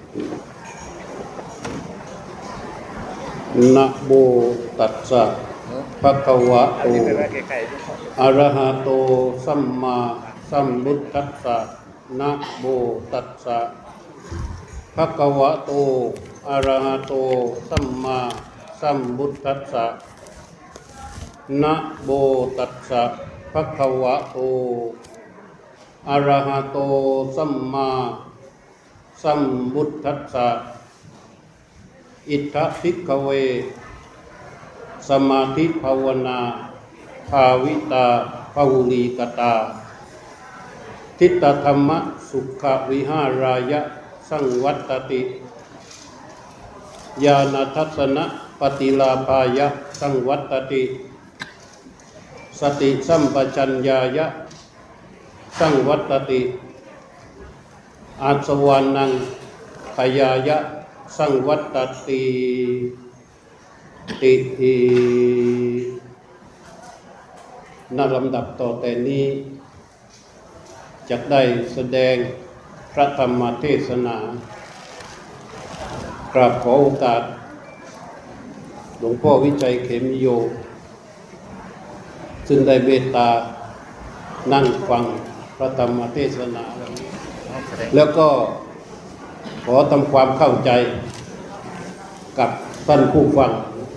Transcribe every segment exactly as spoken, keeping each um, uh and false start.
นะโมตัสสะภะคะวะโตอะระหะโตสัมมาสัมพุทธัสสะนะโมตัสสะภะคะวะโตอะระหะโตสัมมาสัมพุทธัสสะนะโมตัสสะภะคะวะโตอะระหะโตสัมมาสัมพุทธัสสะอิทธภิกขเวสมาธิภาวนาภาวิตาภาวุลีกตาทิฏฐธรรมสุขวิหารายะสังวัตติญาณทัสสนะปฏิลาภายะสังวัตติสติสัมปชัญญายะสังวัตติอาสวานังขยายะสังวัตติติอิณลำดับต่อแต่นี้จะได้แสดงพระธรรมเทศนากราบขอโอกาสหลวงพ่อวิจัยเขมิโยซึ่งได้เมตตานั่งฟังพระธรรมเทศนาแล้วก็ขอทำความเข้าใจกับท่านผู้ฟัง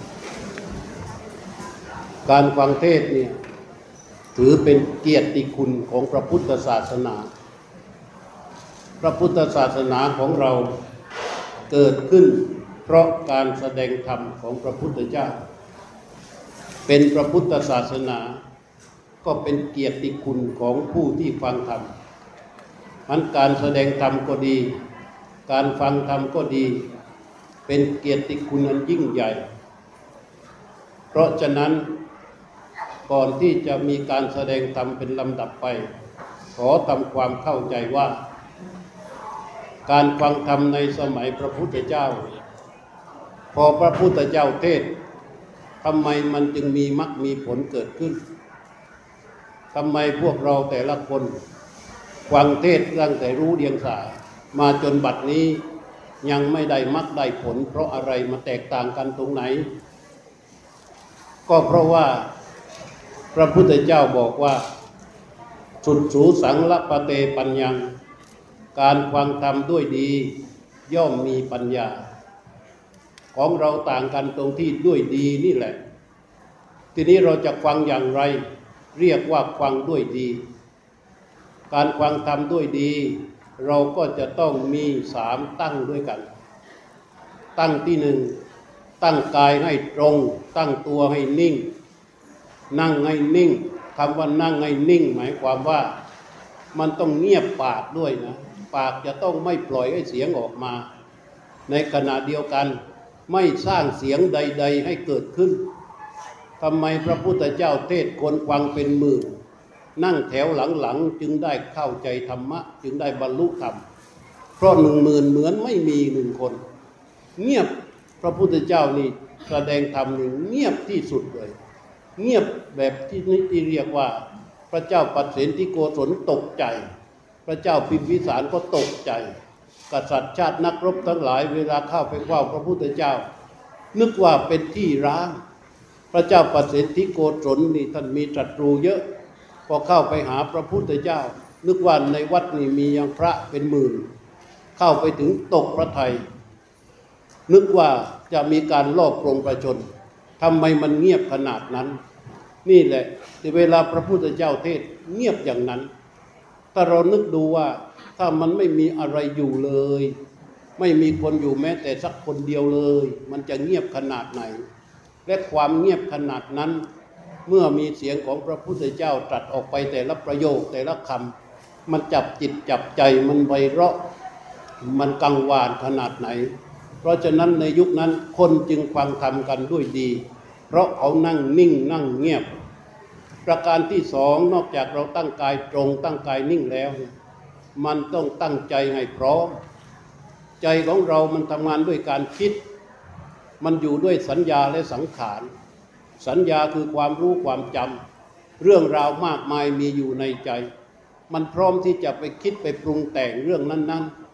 การฟังเทศเนี่ยถือเป็นเกียรติคุณของพระพุทธศาสนาพระพุทธศาสนาของเราเกิดขึ้นเพราะการแสดงธรรมของพระพุทธเจ้าเป็นพระพุทธศาสนาก็เป็นเกียรติคุณของผู้ที่ฟังธรรมอันการแสดงธรรมก็ดีการฟังธรรมก็ดีเป็นเกียรติคุณอันยิ่งใหญ่เพราะฉะนั้นก่อนที่จะมีการแสดงธรรมเป็นลำดับไปขอทำความเข้าใจว่าการฟังธรรมในสมัยพระพุทธเจ้าพอพระพุทธเจ้าเทศน์ทำไมมันจึงมีมรรคมีผลเกิดขึ้นทำไมพวกเราแต่ละคนฟังเทศน์ตั้งแต่รู้เดียงสามาจนบัดนี้ยังไม่ได้มรรคได้ผลเพราะอะไรมาแตกต่างกันตรงไหนก็เพราะว่าพระพุทธเจ้าบอกว่าสุดสูสังละปะเตปัญญังการฟังธรรมด้วยดีย่อมมีปัญญาของเราต่างกันตรงที่ด้วยดีนี่แหละทีนี้เราจะฟังอย่างไรเรียกว่าฟังด้วยดีการฟังธรรมด้วยดีเราก็จะต้องมีสามตั้งด้วยกันตั้งที่หนึ่งตั้งกายให้ตรงตั้งตัวให้นิ่งนั่งให้นิ่งคำว่านั่งให้นิ่งหมายความว่ามันต้องเงียบปากด้วยนะปากจะต้องไม่ปล่อยให้เสียงออกมาในขณะเดียวกันไม่สร้างเสียงใดๆให้เกิดขึ้นทำไมพระพุทธเจ้าเทศน์คนฟังเป็นหมื่นนั่งแถวหลังๆจึงได้เข้าใจธรรมะจึงได้บรรลุธรรมเพราะหนึ่งหมื่นเหมือนไม่มีหนึ่งคนเงียบพระพุทธเจ้านี่แสดงธรรมนี่เงียบที่สุดเลยเงียบแบบที่นี่ที่เรียกว่าพระเจ้าปัสเสนทิโกศลตกใจพระเจ้าพิมพิสารก็ตกใจกษัตริย์ชาตินักรบทั้งหลายเวลาเข้าไปเฝ้าพระพุทธเจ้านึกว่าเป็นที่ร้างพระเจ้าปัสเสนทิโกศลนี่ท่านมีศัตรูเยอะพอเข้าไปหาพระพุทธเจ้านึกว่าในวัดนี่มียังพระเป็นหมื่นเข้าไปถึงตกพระทัยนึกว่าจะมีการลอบปรงประชนทำไมมันเงียบขนาดนั้นนี่แหละที่เวลาพระพุทธเจ้าเทศเงียบอย่างนั้นถ้าเรานึกดูว่าถ้ามันไม่มีอะไรอยู่เลยไม่มีคนอยู่แม้แต่สักคนเดียวเลยมันจะเงียบขนาดไหนและความเงียบขนาดนั้นเมื่อมีเสียงของพระพุทธเจ้าตรัสออกไปแต่ละประโยคแต่ละคำมันจับจิตจับใจมันไพเราะมันกังวานขนาดไหนเพราะฉะนั้นในยุคนั้นคนจึงฟังธรรมกันด้วยดีเพราะเขานั่งนิ่งนั่งเงียบประการที่สองนอกจากเราตั้งกายตรงตั้งกายนิ่งแล้วมันต้องตั้งใจให้พร้อมใจของเรามันทำงานด้วยการคิดมันอยู่ด้วยสัญญาและสังขารสัญญาคือความรู้ความจำเรื่องราวมากมายมีอยู่ในใจมันพร้อมที่จะไปคิดไปปรุงแต่งเรื่องนั้นๆ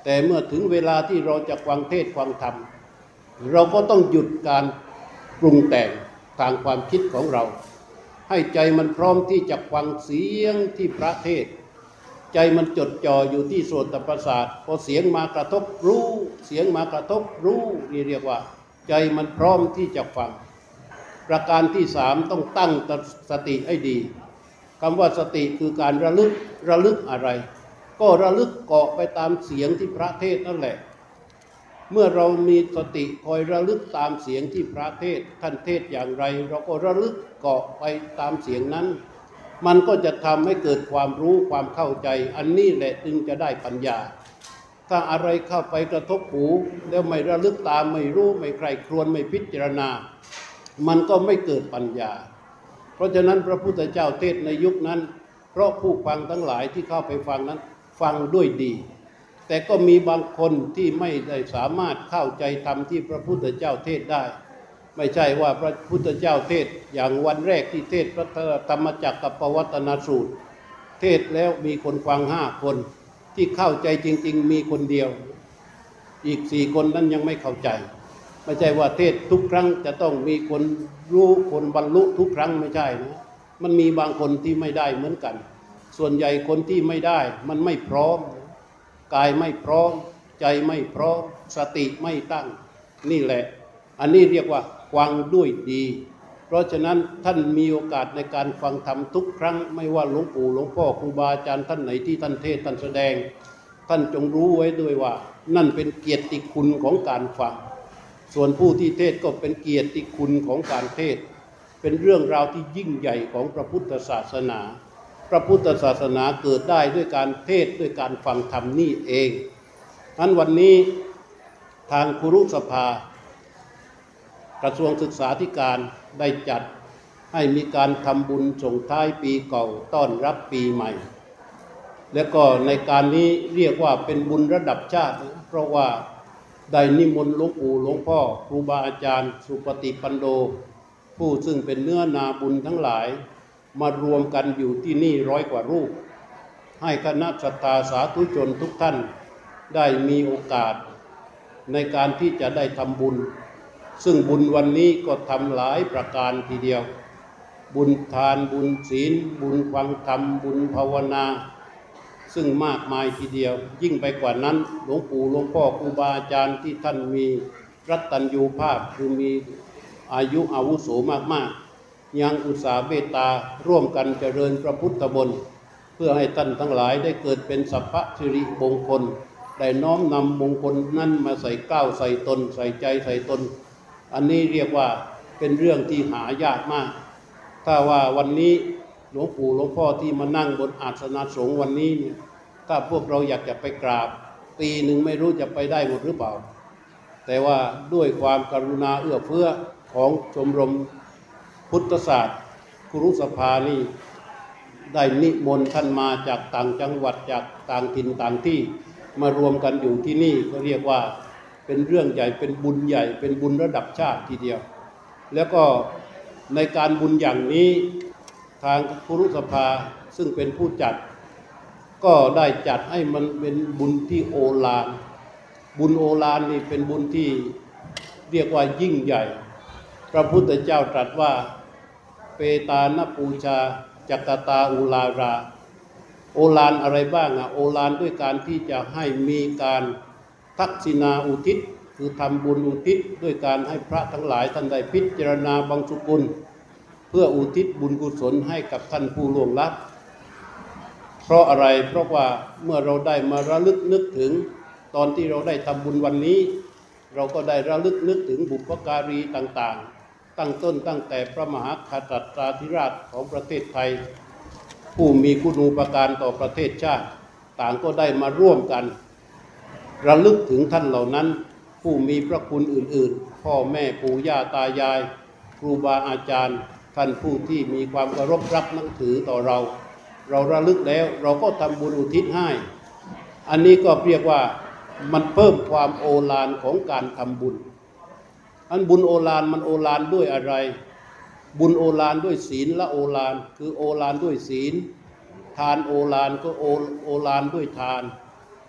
แต่เมื่อถึงเวลาที่เราจะฟังเทศน์ฟังธรรมเราก็ต้องหยุดการปรุงแต่งทางความคิดของเราให้ใจมันพร้อมที่จะฟังเสียงที่พระเทศน์ใจมันจดจ่ออยู่ที่โสตประสาทพอเสียงมากระทบรู้เสียงมากระทบรู้นี่เรียกว่าใจมันพร้อมที่จะฟังประการที่สามต้องตั้งสติให้ดีคำว่าสติคือการระลึกระลึกอะไรก็ระลึกเกาะไปตามเสียงที่พระเทศน์นั่นแหละเมื่อเรามีสติคอยระลึกตามเสียงที่พระเทศน์ท่านเทศน์อย่างไรเราก็ระลึกเกาะไปตามเสียงนั้นมันก็จะทำให้เกิดความรู้ความเข้าใจอันนี้แหละจึงจะได้ปัญญาถ้าอะไรเข้าไปกระทบหูแล้วไม่ระลึกตามไม่รู้ไม่ใคร่ครวญไม่พิจารณามันก็ไม่เกิดปัญญาเพราะฉะนั้นพระพุทธเจ้าเทศน์ในยุคนั้นเพราะผู้ฟังทั้งหลายที่เข้าไปฟังนั้นฟังด้วยดีแต่ก็มีบางคนที่ไม่ได้สามารถเข้าใจธรรมที่พระพุทธเจ้าเทศน์ได้ไม่ใช่ว่าพระพุทธเจ้าเทศน์อย่างวันแรกที่เทศน์พระธรรมจักรกับปวัตนสูตรเทศน์แล้วมีคนฟังห้าคนที่เข้าใจจริงๆมีคนเดียวอีกสี่คนนั้นยังไม่เข้าใจไม่ใช่ว่าเทศน์ทุกครั้งจะต้องมีคนรู้คนบรรลุทุกครั้งไม่ใช่นะมันมีบางคนที่ไม่ได้เหมือนกันส่วนใหญ่คนที่ไม่ได้มันไม่พร้อมกายไม่พร้อมใจไม่พร้อมสติไม่ตั้งนี่แหละอันนี้เรียกว่าฟังด้วยดีเพราะฉะนั้นท่านมีโอกาสในการฟังธรรมทุกครั้งไม่ว่าหลวงปู่หลวงพ่อครูบาอาจารย์ท่านไหนที่ท่านเทศน์ท่านแสดงท่านจงรู้ไว้ด้วยว่านั่นเป็นเกียรติคุณของการฟังส่วนผู้ที่เทศน์ก็เป็นเกียรติคุณของการเทศน์เป็นเรื่องราวที่ยิ่งใหญ่ของพระพุทธศาสนาพระพุทธศาสนาเกิดได้ด้วยการเทศน์ด้วยการฟังธรรมนี่เองนั้นวันนี้ทางครุสภากระทรวงศึกษาธิการได้จัดให้มีการทำบุญส่งท้ายปีเก่าต้อนรับปีใหม่และก็ในการนี้เรียกว่าเป็นบุญระดับชาติเพราะว่าได้นิมนต์หลวงปู่หลวงพ่อครูบาอาจารย์สุปฏิปันโนผู้ซึ่งเป็นเนื้อนาบุญทั้งหลายมารวมกันอยู่ที่นี่ร้อยกว่ารูปให้คณะศรัทธาสาธุชนทุกท่านได้มีโอกาสในการที่จะได้ทำบุญซึ่งบุญวันนี้ก็ทำหลายประการทีเดียวบุญทานบุญศีลบุญฟังธรรมบุญภาวนาซึ่งมากมายทีเดียวยิ่งไปกว่านั้นหลวงปู่หลวงพ่อครูบาอาจารย์ที่ท่านมีรัตตัญญูภาพคือมีอายุอาวุโสมากๆยังอุตสาห์เมตตาร่วมกันเจริญพระพุทธมนต์เพื่อให้ท่านทั้งหลายได้เกิดเป็นสัพพสิริมงคลได้น้อมนำมงคลนั้นมาใส่ก้าวใส่ตนใส่ใจใส่ตนอันนี้เรียกว่าเป็นเรื่องที่หายากมากถ้าว่าวันนี้หลวงปู่หลวงพ่อที่มานั่งบนอาสนะสงฆ์วันนี้เนี่ยถ้าพวกเราอยากจะไปกราบปีหนึ่งไม่รู้จะไปได้หมดหรือเปล่าแต่ว่าด้วยความกรุณาเอื้อเฟื้อของชมรมพุทธศาสตร์ครุสภานี่ได้นิมนต์ท่านมาจากต่างจังหวัดจากต่างถิ่นต่างที่มารวมกันอยู่ที่นี่ก็เรียกว่าเป็นเรื่องใหญ่เป็นบุญใหญ่เป็นบุญระดับชาติทีเดียวแล้วก็ในการบุญอย่างนี้ทางครุสภาซึ่งเป็นผู้จัดก็ได้จัดให้มันเป็นบุญที่โอฬารบุญโอฬารนี่เป็นบุญที่เรียกว่ายิ่งใหญ่พระพุทธเจ้าตรัสว่าเปตานปูชาจักตาอุลาราโอฬารอะไรบ้างอ่ะโอฬารด้วยการที่จะให้มีการทักษิณาอุทิศคือทำบุญอุทิศด้วยการให้พระทั้งหลายท่านได้พิจารณาบังสุกุลเพื่ออุทิศบุญกุศลให้กับท่านผู้ล่วงลับเพราะอะไรเพราะว่าเมื่อเราได้มาระลึกนึกถึงตอนที่เราได้ทำบุญวันนี้เราก็ได้ระลึกนึกถึงบุพการีต่างๆตั้งต้นตั้งแต่พระมหากษัตริย์ธิราชของประเทศไทยผู้มีคุณูปการต่อประเทศชาติต่างก็ได้มาร่วมกันระลึกถึงท่านเหล่านั้นผู้มีพระคุณอื่นๆพ่อแม่ปู่ย่าตายายครูบาอาจารย์ท่านผู้ที่มีความเคารพรักนับถือต่อเราเราระลึกแล้วเราก็ทำบุญอุทิศให้อันนี้ก็เรียกว่ามันเพิ่มความโอฬารของการทำบุญอันบุญโอฬารมันโอฬารด้วยอะไรบุญโอฬารด้วยศีลละโอฬารคือโอฬารด้วยศีลทานโอฬารก็โอโอฬารด้วยทาน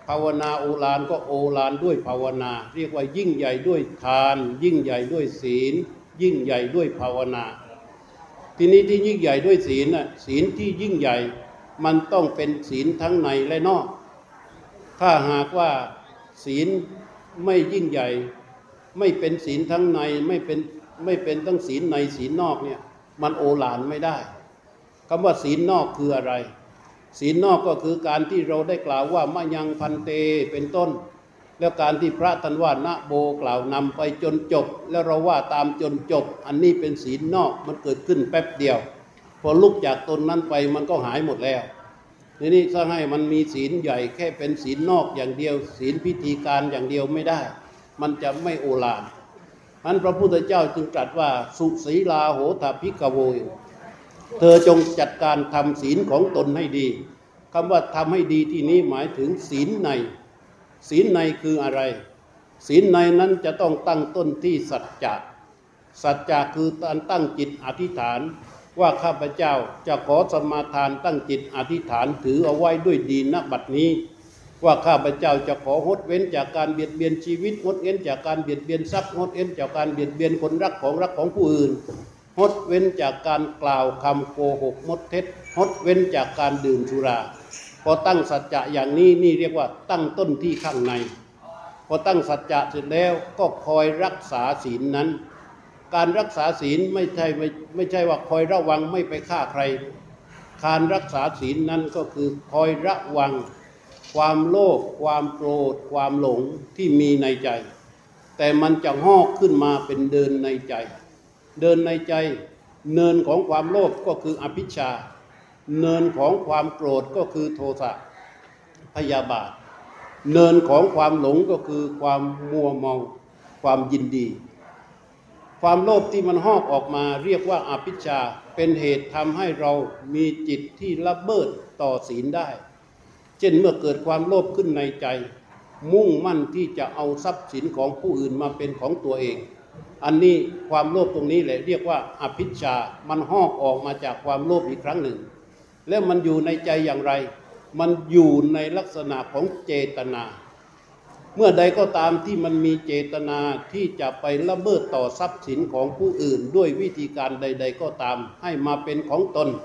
ภาวนาโอฬารก็โอฬารด้วยภาวนาเรียกว่ายิ่งใหญ่ด้วยทานยิ่งใหญ่ด้วยศีลยิ่งใหญ่ด้วยภาวนาทีนี้ที่ยิ่งใหญ่ด้วยศีลน่ะศีลที่ยิ่งใหญ่มันต้องเป็นศีลทั้งในและนอกถ้าหากว่าศีลไม่ยิ่งใหญ่ไม่เป็นศีลทั้งในไม่เป็นไม่เป็นทั้งศีลในศีลนอกเนี่ยมันโอฬารไม่ได้คำว่าศีลนอกคืออะไรศีลนอกก็คือการที่เราได้กล่าวว่ามะยังพันเตเป็นต้นแล้วการที่พระท่านว่านะโบกล่าวนำไปจนจบแล้วเราว่าตามจนจบอันนี้เป็นศีลนอกมันเกิดขึ้นแป๊บเดียวพอลุกจากตนนั้นไปมันก็หายหมดแล้วทีนี้ถ้าให้มันมีศีลใหญ่แค่เป็นศีลนอกอย่างเดียวศีลพิธีการอย่างเดียวไม่ได้มันจะไม่โอฬารอันพระพุทธเจ้าจึงตรัสว่าสุศีลาโหทภิกขโวเธอจงจัดการทำศีลของตนให้ดีคำว่าทำให้ดีที่นี้หมายถึงศีลในศีลในคืออะไรศีลในนั้นจะต้องตั้งต้นที่สัจจะสัจจะคือการตั้งจิตอธิษฐานว่าข้าพเจ้าจะขอสมาทานตั้งจิตอธิษฐานถือเอาไว้ด้วยดีณบัดนี้ว่าข้าพเจ้าจะของดเว้นจากการเบียดเบียนชีวิตงดเว้นจากการเบียดเบียนทรัพย์งดเว้นจากการเบียดเบียนคนรักของรักของผู้อื่นงดเว้นจากการกล่าวคำโกหกมดเท็จงดเว้นจากการดื่มสุราพอตั้งสัจจะอย่างนี้นี่เรียกว่าตั้งต้นที่ข้างในพอตั้งสัจจะเสร็จแล้วก็คอยรักษาศีลนั้นการรักษาศีลไม่ใช่ไม่ไม่ใช่ว่าคอยระวังไม่ไปฆ่าใครการรักษาศีลนั้นก็คือคอยระวังความโลภความโกรธความหลงที่มีในใจแต่มันจะหอกขึ้นมาเป็นเดินในใจเดินในใจเนินของความโลภก็คืออภิชฌาเนินของความโกรธก็คือโทสะพยาบาทเนินของความหลงก็คือความมัวเมาความยินดีความโลภที่มันหอกออกมาเรียกว่าอภิชฌาเป็นเหตุทำให้เรามีจิตที่ละเมิดต่อศีลได้เช่นเมื่อเกิดความโลภขึ้นในใจมุ่งมั่นที่จะเอาทรัพย์สินของผู้อื่นมาเป็นของตัวเองอันนี้ความโลภตรงนี้แหละเรียกว่าอภิชฌามันหอกออกมาจากความโลภอีกครั้งหนึ่งแล้วมันอยู่ในใจอย่างไรมันอยู่ในลักษณะของเจตนาเมื่อใดก็ตามที่มันมีเจตนาที่จะไปละเมิดต่อทรัพย์สินของผู้อื่นด้วยวิธีการใดๆก็ตามให้มาเป็นของตน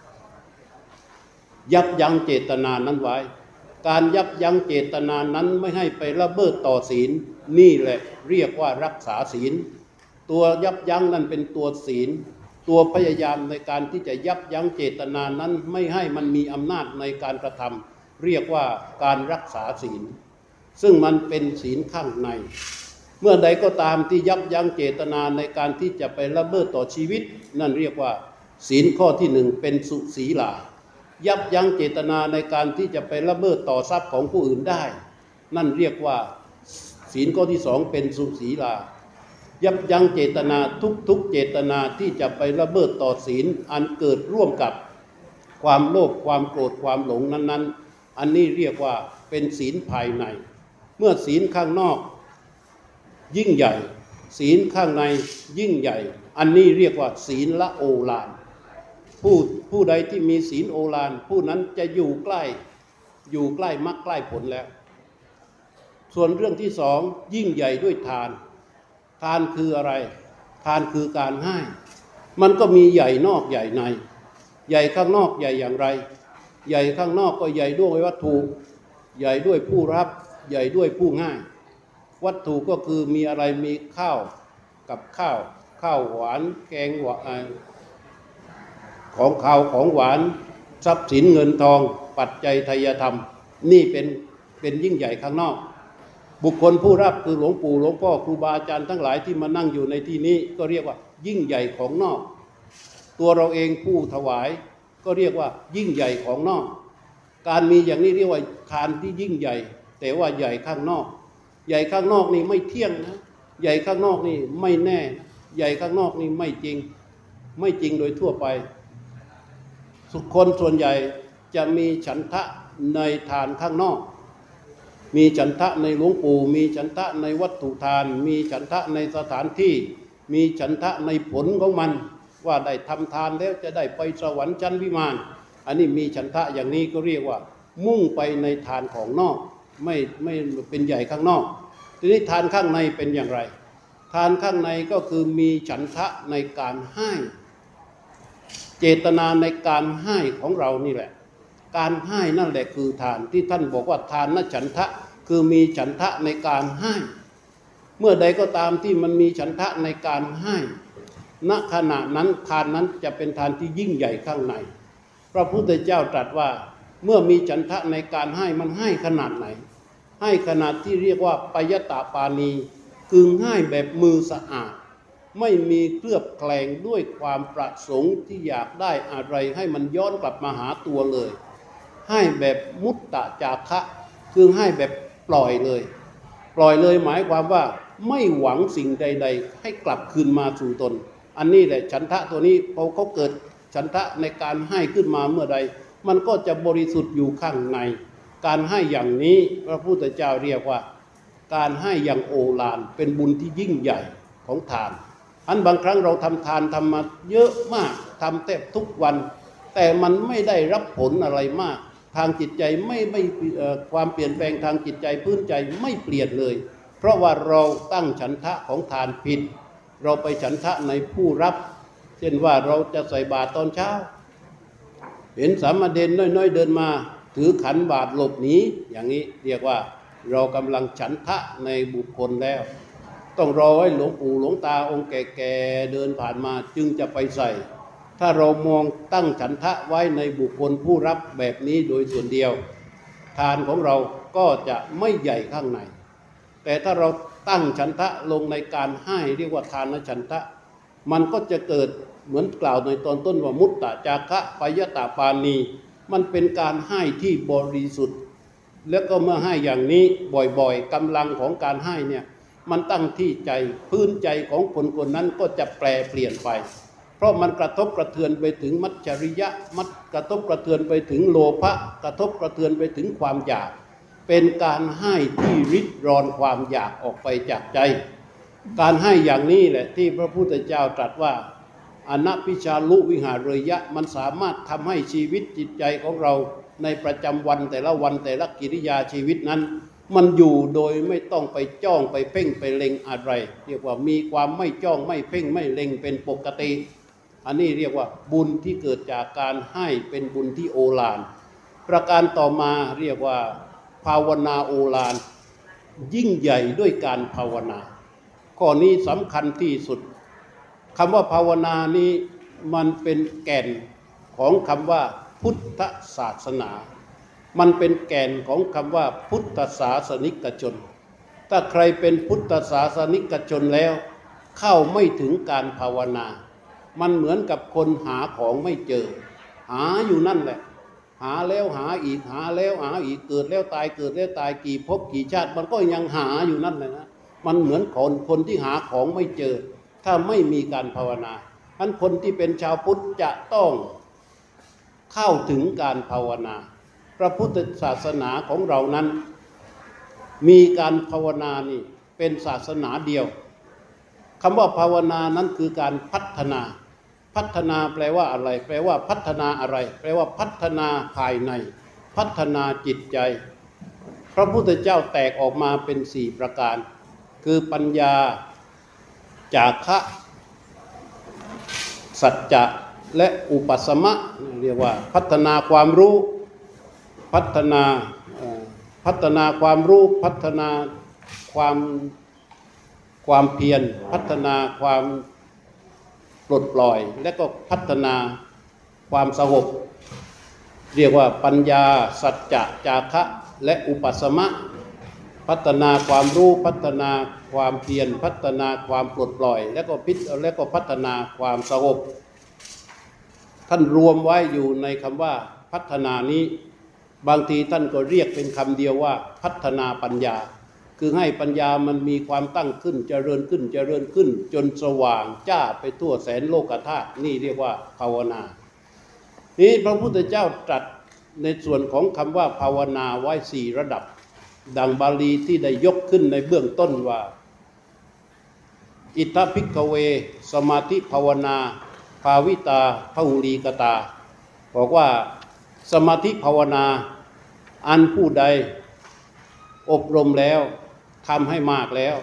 ยับยั้งเจตนานั้นไว้การยับยั้งเจตนานั้นไม่ให้ไปละเมิดต่อศีลนี่แหละเรียกว่ารักษาศีลตัวยับยั้งนั้นเป็นตัวศีลตัวพยายามในการที่จะยับยั้งเจตนานั้นไม่ให้มันมีอำนาจในการกระทำเรียกว่าการรักษาศีลซึ่งมันเป็นศีลข้างในเมื่อใดก็ตามที่ยับยั้งเจตนาในการที่จะไปละเมิดต่อชีวิตนั่นเรียกว่าศีลข้อที่หนึ่งเป็นสุศีลายับยั้งเจตนาในการที่จะไปละเมิดต่อทรัพย์ของผู้อื่นได้นั่นเรียกว่าศีลข้อที่สองเป็นสุศีลายับยั้งเจตนาทุกๆเจตนาที่จะไปละเมิดต่อศีลอันเกิดร่วมกับความโลภความโกรธความหลงนั้นๆอันนี้เรียกว่าเป็นศีลภายในเมื่อศีลข้างนอกยิ่งใหญ่ศีลข้างในยิ่งใหญ่อันนี้เรียกว่าศีลละโอฬารผู้ผู้ใดที่มีศีลโอฬารผู้นั้นจะอยู่ใกล้อยู่ใกล้มรรคใกล้ผลแล้วส่วนเรื่องที่สองยิ่งใหญ่ด้วยทานทานคืออะไรทานคือการให้มันก็มีใหญ่นอกใหญ่ในใหญ่ข้างนอกใหญ่อย่างไรใหญ่ข้างนอกก็ใหญ่ด้วยวัตถุใหญ่ด้วยผู้รับใหญ่ด้วยผู้ง่ายวัตถุก็คือมีอะไรมีข้าวกับข้าวข้าวหวานแกงหวานของข้าวของหวานทรัพย์สินเงินทองปัจจัยไทยธรรมนี่เป็นเป็นยิ่งใหญ่ข้างนอกบุคคลผู้รับคือหลวงปู่หลวงพ่อครูบาอาจารย์ทั้งหลายที่มานั่งอยู่ในที่นี้ก็เรียกว่ายิ่งใหญ่ของนอกตัวเราเองผู้ถวายก็เรียกว่ายิ่งใหญ่ของนอกการมีอย่างนี้เรียกว่าทานที่ยิ่งใหญ่แต่ว่าใหญ่ข้างนอกใหญ่ข้างนอกนี่ไม่เที่ยงนะใหญ่ข้างนอกนี่ไม่แน่ใหญ่ข้างนอกนี่ไม่จริงไม่จริงโดยทั่วไปคนส่วนใหญ่จะมีฉันทะในทานข้างนอกมีฉันทะในหลวงปู่มีฉันทะในวัตถุทานมีฉันทะในสถานที่มีฉันทะในผลของมันว่าได้ทำทานแล้วจะได้ไปสวรรค์ชั้นวิมานอันนี้มีฉันทะอย่างนี้ก็เรียกว่ามุ่งไปในทานของนอกไม่ไม่เป็นใหญ่ข้างนอกทีนี้ทานข้างในเป็นอย่างไรทานข้างในก็คือมีฉันทะในการให้เจตนาในการให้ของเรานี่แหละการให้นั่นแหละคือทานที่ท่านบอกว่าทานนฉันทะคือมีฉันทะในการให้เมื่อใดก็ตามที่มันมีฉันทะในการให้ณขณะนั้นทานนั้นจะเป็นทานที่ยิ่งใหญ่ข้างในพระพุทธเจ้าตรัสว่าเมื่อมีฉันทะในการให้มันให้ขนาดไหนให้ขนาดที่เรียกว่าปยตาปานีคือให้แบบมือสะอาดไม่มีเคลือบแคลงด้วยความประสงค์ที่อยากได้อะไรให้มันย้อนกลับมาหาตัวเลยให้แบบมุตตะจาคะคือให้แบบปล่อยเลยปล่อยเลยหมายความว่าไม่หวังสิ่งใดๆให้กลับคืนมาสู่ตนอันนี้แหละฉันทะตัวนี้พอเขาเกิดฉันทะในการให้ขึ้นมาเมื่อใดมันก็จะบริสุทธิ์อยู่ข้างในการให้อย่างนี้พระพุทธเจ้าเรียกว่าการให้อย่างโอฬารเป็นบุญที่ยิ่งใหญ่ของทานอันบางครั้งเราทำทานทำมาเยอะมากทำแทบทุกวันแต่มันไม่ได้รับผลอะไรมากทางจิตใจไม่ไม่ความเปลี่ยนแปลงทางจิตใจพื้นใจไม่เปลี่ยนเลยเพราะว่าเราตั้งฉันทะของทานผิดเราไปฉันทะในผู้รับเช่นว่าเราจะใส่บาตรตอนเช้าเห็นสามเณรน้อยๆเดินมาถือขันบาตรหลบหนีอย่างนี้เรียกว่าเรากำลังฉันทะในบุคคลแล้วต้องรอให้หลวงปู่หลวงตาองค์แก่ๆเดินผ่านมาจึงจะไปใส่ถ้าเรามองตั้งฉันทะไว้ในบุคคลผู้รับแบบนี้โดยส่วนเดียวทานของเราก็จะไม่ใหญ่ข้างในแต่ถ้าเราตั้งฉันทะลงในการให้เรียกว่าทานฉันทะมันก็จะเกิดเหมือนกล่าวในตอนต้นว่ามุตตะจาคะปยตาปานีมันเป็นการให้ที่บริสุทธิ์แล้วก็เมื่อให้อย่างนี้บ่อยๆกำลังของการให้เนี่ยมันตั้งที่ใจพื้นใจของคนคนนั้นก็จะแปรเปลี่ยนไปเพราะมันกระทบกระเทือนไปถึงมัจฉริยะมัดกระทบกระเทือนไปถึงโลภะกระทบกระเทือนไปถึงความอยากเป็นการให้ที่ริดรอนความอยากออกไปจากใจการให้อย่างนี้แหละที่พระพุทธเจ้าตรัสว่าอนัพพิชาลุวิหารยะมันสามารถทำให้ชีวิตจิตใจของเราในประจำวันแต่ละวันแต่ละกิริยาชีวิตนั้นมันอยู่โดยไม่ต้องไปจ้องไปเพ่งไปเล็งอะไรเรียกว่ามีความไม่จ้องไม่เพ่งไม่เล็งเป็นปกติอันนี้เรียกว่าบุญที่เกิดจากการให้เป็นบุญที่โอฬารประการต่อมาเรียกว่าภาวนาโอฬารยิ่งใหญ่ด้วยการภาวนาข้อนี้สำคัญที่สุดคำว่าภาวนานี้มันเป็นแก่นของคำว่าพุทธศาสนามันเป็นแก่นของคำว่าพุทธศาสนิกชนถ้าใครเป็นพุทธศาสนิกชนแล้วเข้าไม่ถึงการภาวนามันเหมือนกับคนหาของไม่เจอหาอยู่นั่นแหละหาแล้วหาอีกหาแล้วหาอีกเกิดแล้วตายเกิดแล้วตายกี่ภพกี่ชาติมันก็ยังหาอยู่นั่นแหละนะมันเหมือนคนคนที่หาของไม่เจอถ้าไม่มีการภาวนาอันคนที่เป็นชาวพุทธจะต้องเข้าถึงการภาวนาพระพุทธศาสนาของเรานั้นมีการภาวนานี่เป็นศาสนาเดียวคำว่าภาวนานั้นคือการพัฒนาพัฒนาแปลว่าอะไรแปลว่าพัฒนาอะไรแปลว่าพัฒนาภายในพัฒนาจิตใจพระพุทธเจ้าแตกออกมาเป็นสี่ประการคือปัญญาจาคะสัจจะและอุปสมะเรียกว่าพัฒนาความรู้พัฒนาพัฒนาความรู้พัฒนาความความเพียรพัฒนาความปลดปล่อยและก็พัฒนาความสงบเรียกว่าปัญญาสัจจะจาคะและอุปสมะพัฒนาความรู้พัฒนาความเพียรพัฒนาความปลดปล่อยและก็พิจและก็พัฒนาความสงบท่านรวมไว้อยู่ในคำว่าพัฒนานี้บางทีท่านก็เรียกเป็นคำเดียวว่าพัฒนาปัญญาคือให้ปัญญามันมีความตั้งขึ้นเจริญขึ้นเจริญขึ้นจนสว่างจ้าไปทั่วแสนโลกธาตุนี่เรียกว่าภาวนานี้พระพุทธเจ้าตรัสในส่วนของคำว่าภาวนาไว้สี่ระดับดังบาลีที่ได้ยกขึ้นในเบื้องต้นว่าอิทธภิกขเวสมาธิภาวนาภาวิตาภหุลีกตาบอกว่าสมาธิภาวนาอันผู้ใดอบรมแล้วทำให้มากแล้ว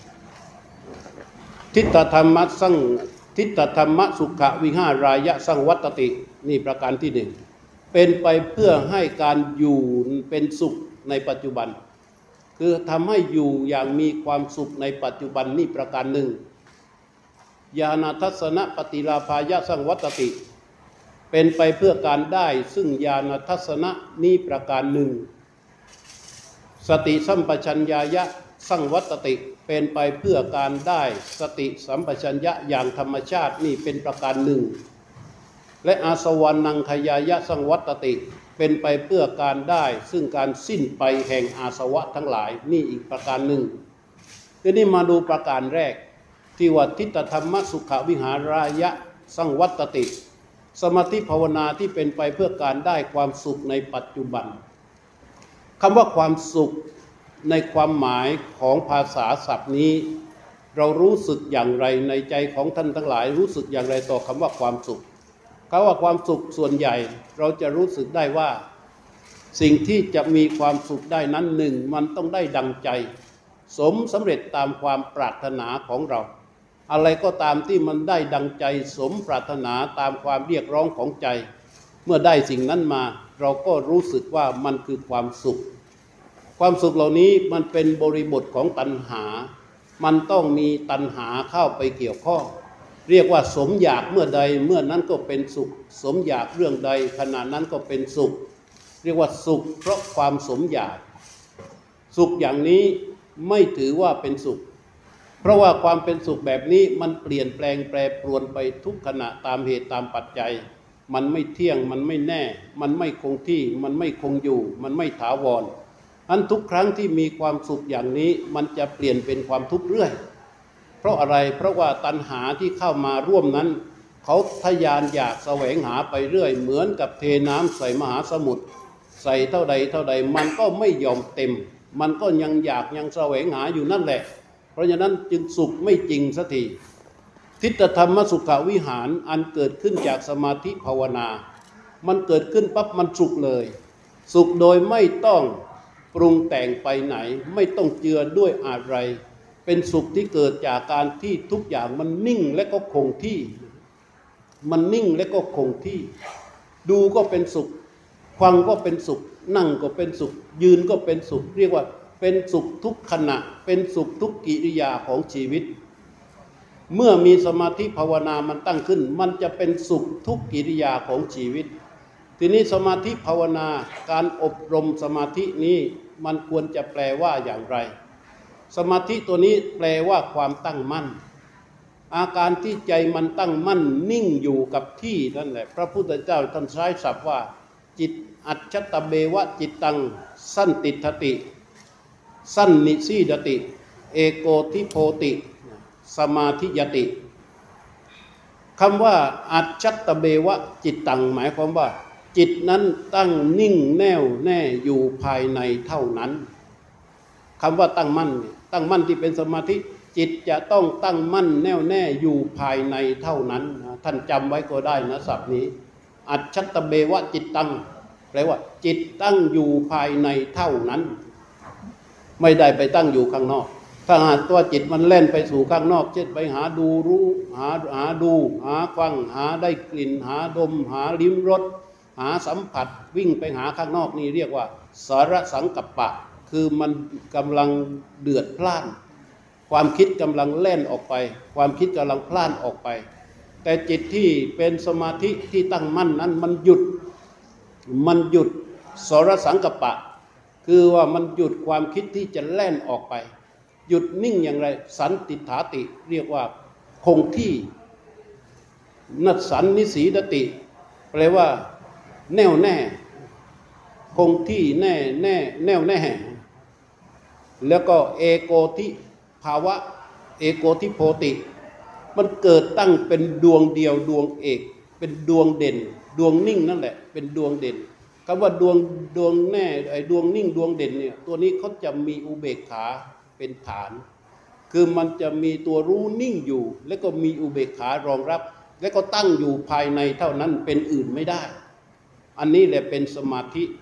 ทิฏฐธรรมะสังทิฏฐธรรมะสุขวิหารายะสังวัตตินี่ประการที่หนึ่งเป็นไปเพื่อให้การอยู่เป็นสุขในปัจจุบันคือทำให้อยู่อย่างมีความสุขในปัจจุบันนี่ประการหนึ่งญาณทัศนะปฏิลาภายะสังวัตติเป็นไปเพื่อการได้ซึ่งญาณทัศนะนี้ประการหนึ่งสติสัมปชัญญายะสังวัตติเป็นไปเพื่อการได้สติสัมปชัญญะอย่างธรรมชาตินี่เป็นประการหนึ่งและอาสวนังขยายะสังวัตติเป็นไปเพื่อการได้ซึ่งการสิ้นไปแห่งอาสวะทั้งหลายนี่อีกประการหนึ่งทีนี้มาดูประการแรกที่ว่าทิฏฐธรรมสุขวิหารายะสังวัตติสมาธิภาวนาที่เป็นไปเพื่อการได้ความสุขในปัจจุบันคำว่าความสุขในความหมายของภาษาศัพท์นี้เรารู้สึกอย่างไรในใจของท่านทั้งหลายรู้สึกอย่างไรต่อคำว่าความสุขคำว่าความสุขส่วนใหญ่เราจะรู้สึกได้ว่าสิ่งที่จะมีความสุขได้นั้นหนึ่งมันต้องได้ดังใจสมสำเร็จตามความปรารถนาของเราอะไรก็ตามที่มันได้ดังใจสมปรารถนาตามความเรียกร้องของใจเมื่อได้สิ่งนั้นมาเราก็รู้สึกว่ามันคือความสุขความสุขเหล่านี้มันเป็นบริบทของตัณหามันต้องมีตัณหาเข้าไปเกี่ยวข้องเรียกว่าสมอยากเมื่อใดเมื่อนั้นก็เป็นสุขสมอยากเรื่องใดขณะนั้นก็เป็นสุขเรียกว่าสุขเพราะความสมอยากสุขอย่างนี้ไม่ถือว่าเป็นสุขเพราะว่าความเป็นสุขแบบนี้มันเปลี่ยนแปลงแปรปรวนไปทุกขณะตามเหตุตามปัจจัยมันไม่เที่ยงมันไม่แน่มันไม่คงที่มันไม่คงอยู่มันไม่ถาวรอันทุกครั้งที่มีความสุขอย่างนี้มันจะเปลี่ยนเป็นความทุกข์เรื่อยเพราะอะไรเพราะว่าตัณหาที่เข้ามาร่วมนั้นเขาทะยานอยากแสวงหาไปเรื่อยเหมือนกับเทน้ำใส่มหาสมุทรใส่เท่าใดเท่าใดมันก็ไม่ยอมเต็มมันก็ยังอยากยังแสวงหาอยู่นั่นแหละเพราะฉะนั้นจึงสุขไม่จริงสักทีทิฏฐธรรมสุขวิหารอันเกิดขึ้นจากสมาธิภาวนามันเกิดขึ้นปั๊บมันสุขเลยสุขโดยไม่ต้องปรุงแต่งไปไหนไม่ต้องเจือด้วยอะไรเป็นสุขที่เกิดจากการที่ทุกอย่างมันนิ่งและก็คงที่มันนิ่งและก็คงที่ดูก็เป็นสุขฟังก็เป็นสุขนั่งก็เป็นสุขยืนก็เป็นสุขเรียกว่าเป็นสุขทุกขณะเป็นสุขทุกกิริยาของชีวิตเมื่อมีสมาธิภาวนามันตั้งขึ้นมันจะเป็นสุขทุกกิริยาของชีวิตทีนี้สมาธิภาวนาการอบรมสมาธินี้มันควรจะแปลว่าอย่างไรสมาธิตัวนี้แปลว่าความตั้งมั่นอาการที่ใจมันตั้งมั่นนิ่งอยู่กับที่นั่นแหละพระพุทธเจ้าท่านใช้ศัพท์ว่าจิตอัจฉตเบวะจิตตังสันติทติสันนิสีดติเอโกทิโพติสมาธิยติคำว่าอัจฉตเบวะจิตตังหมายความว่าจิตนั้นตั้งนิ่งแน่วแน่อยู่ภายในเท่านั้นคำว่าตั้งมั่นตั้งมั่นที่เป็นสมาธิจิตจะต้องตั้งมั่นแน่วแน่อยู่ภายในเท่านั้นท่านจำไว้ก็ได้นะศัพท์นี้อัจฉตเบวะจิตตังแปลว่าจิตตั้งอยู่ภายในเท่านั้นไม่ได้ไปตั้งอยู่ข้างนอกถ้าหากตัวจิตมันเล่นไปสู่ข้างนอกเช่นไปหาดูรู้หาหาดูหาฟังหาได้กลิ่นหาดมหาลิ้มรสหาสัมผัสวิ่งไปหาข้างนอกนี่เรียกว่าสารสังกัปปะคือมันกำลังเดือดพล่านความคิดกำลังเล่นออกไปความคิดกำลังพล่านออกไปแต่จิตที่เป็นสมาธิที่ตั้งมั่นนั้นมันหยุดมันหยุดสารสังกัปปะคือว่ามันหยุดความคิดที่จะแล่นออกไปหยุดนิ่งอย่างไรสันติฐาติเรียกว่าคงที่นัสสันนิสีดติแปลว่าแน่วแน่คงที่แน่แน่แน่วแน่แล้วก็เอโกทิภาวะเอโกทิโพติมันเกิดตั้งเป็นดวงเดียวดวงเอกเป็นดวงเด่นดวงนิ่งนั่นแหละเป็นดวงเด่นคำว่าดวงดวงแน่ไอ้ดวงนิ่งดวงเด่นเนี่ยตัวนี้เขาจะมีอุเบกขาเป็นฐานคือมันจะมีตัวรู้นิ่งอยู่แล้วก็มีอุเบกขารองรับแล้วก็ตั้งอยู่ภายในเท่านั้นเป็นอื่นไม่ได้อันนี้แหละเป็นสมาธิ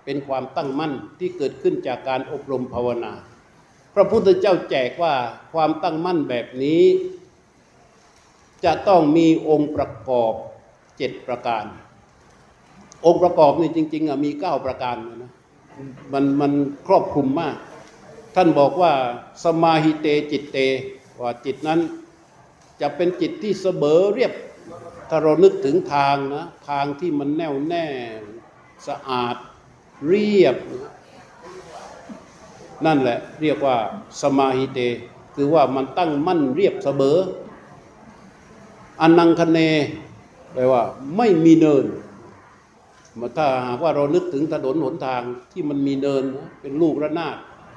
เป็นความตั้งมั่นที่เกิดขึ้นจากการอบรมภาวนาพระพุทธเจ้าแจกว่าความตั้งมั่นแบบนี้จะต้องมีองค์ประกอบเจ็ดประการองค์ประกอบนี่จริงๆมีเก้าประการนะมันมันครอบคลุมมากท่านบอกว่าสมาหิเตจิตเตว่าจิตนั้นจะเป็นจิตที่เสมอเรียบถ้าเรานึกถึงทางนะทางที่มันแน่วแน่สะอาดเรียบนั่นแหละเรียกว่าสมาหิเตคือว่ามันตั้งมั่นเรียบเสมออนังคเนแปลว่าไม่มีเนินถ้าหากว่าเรานึกถึงถนนหนทางที่มันมีเนินเป็นลูกระนาด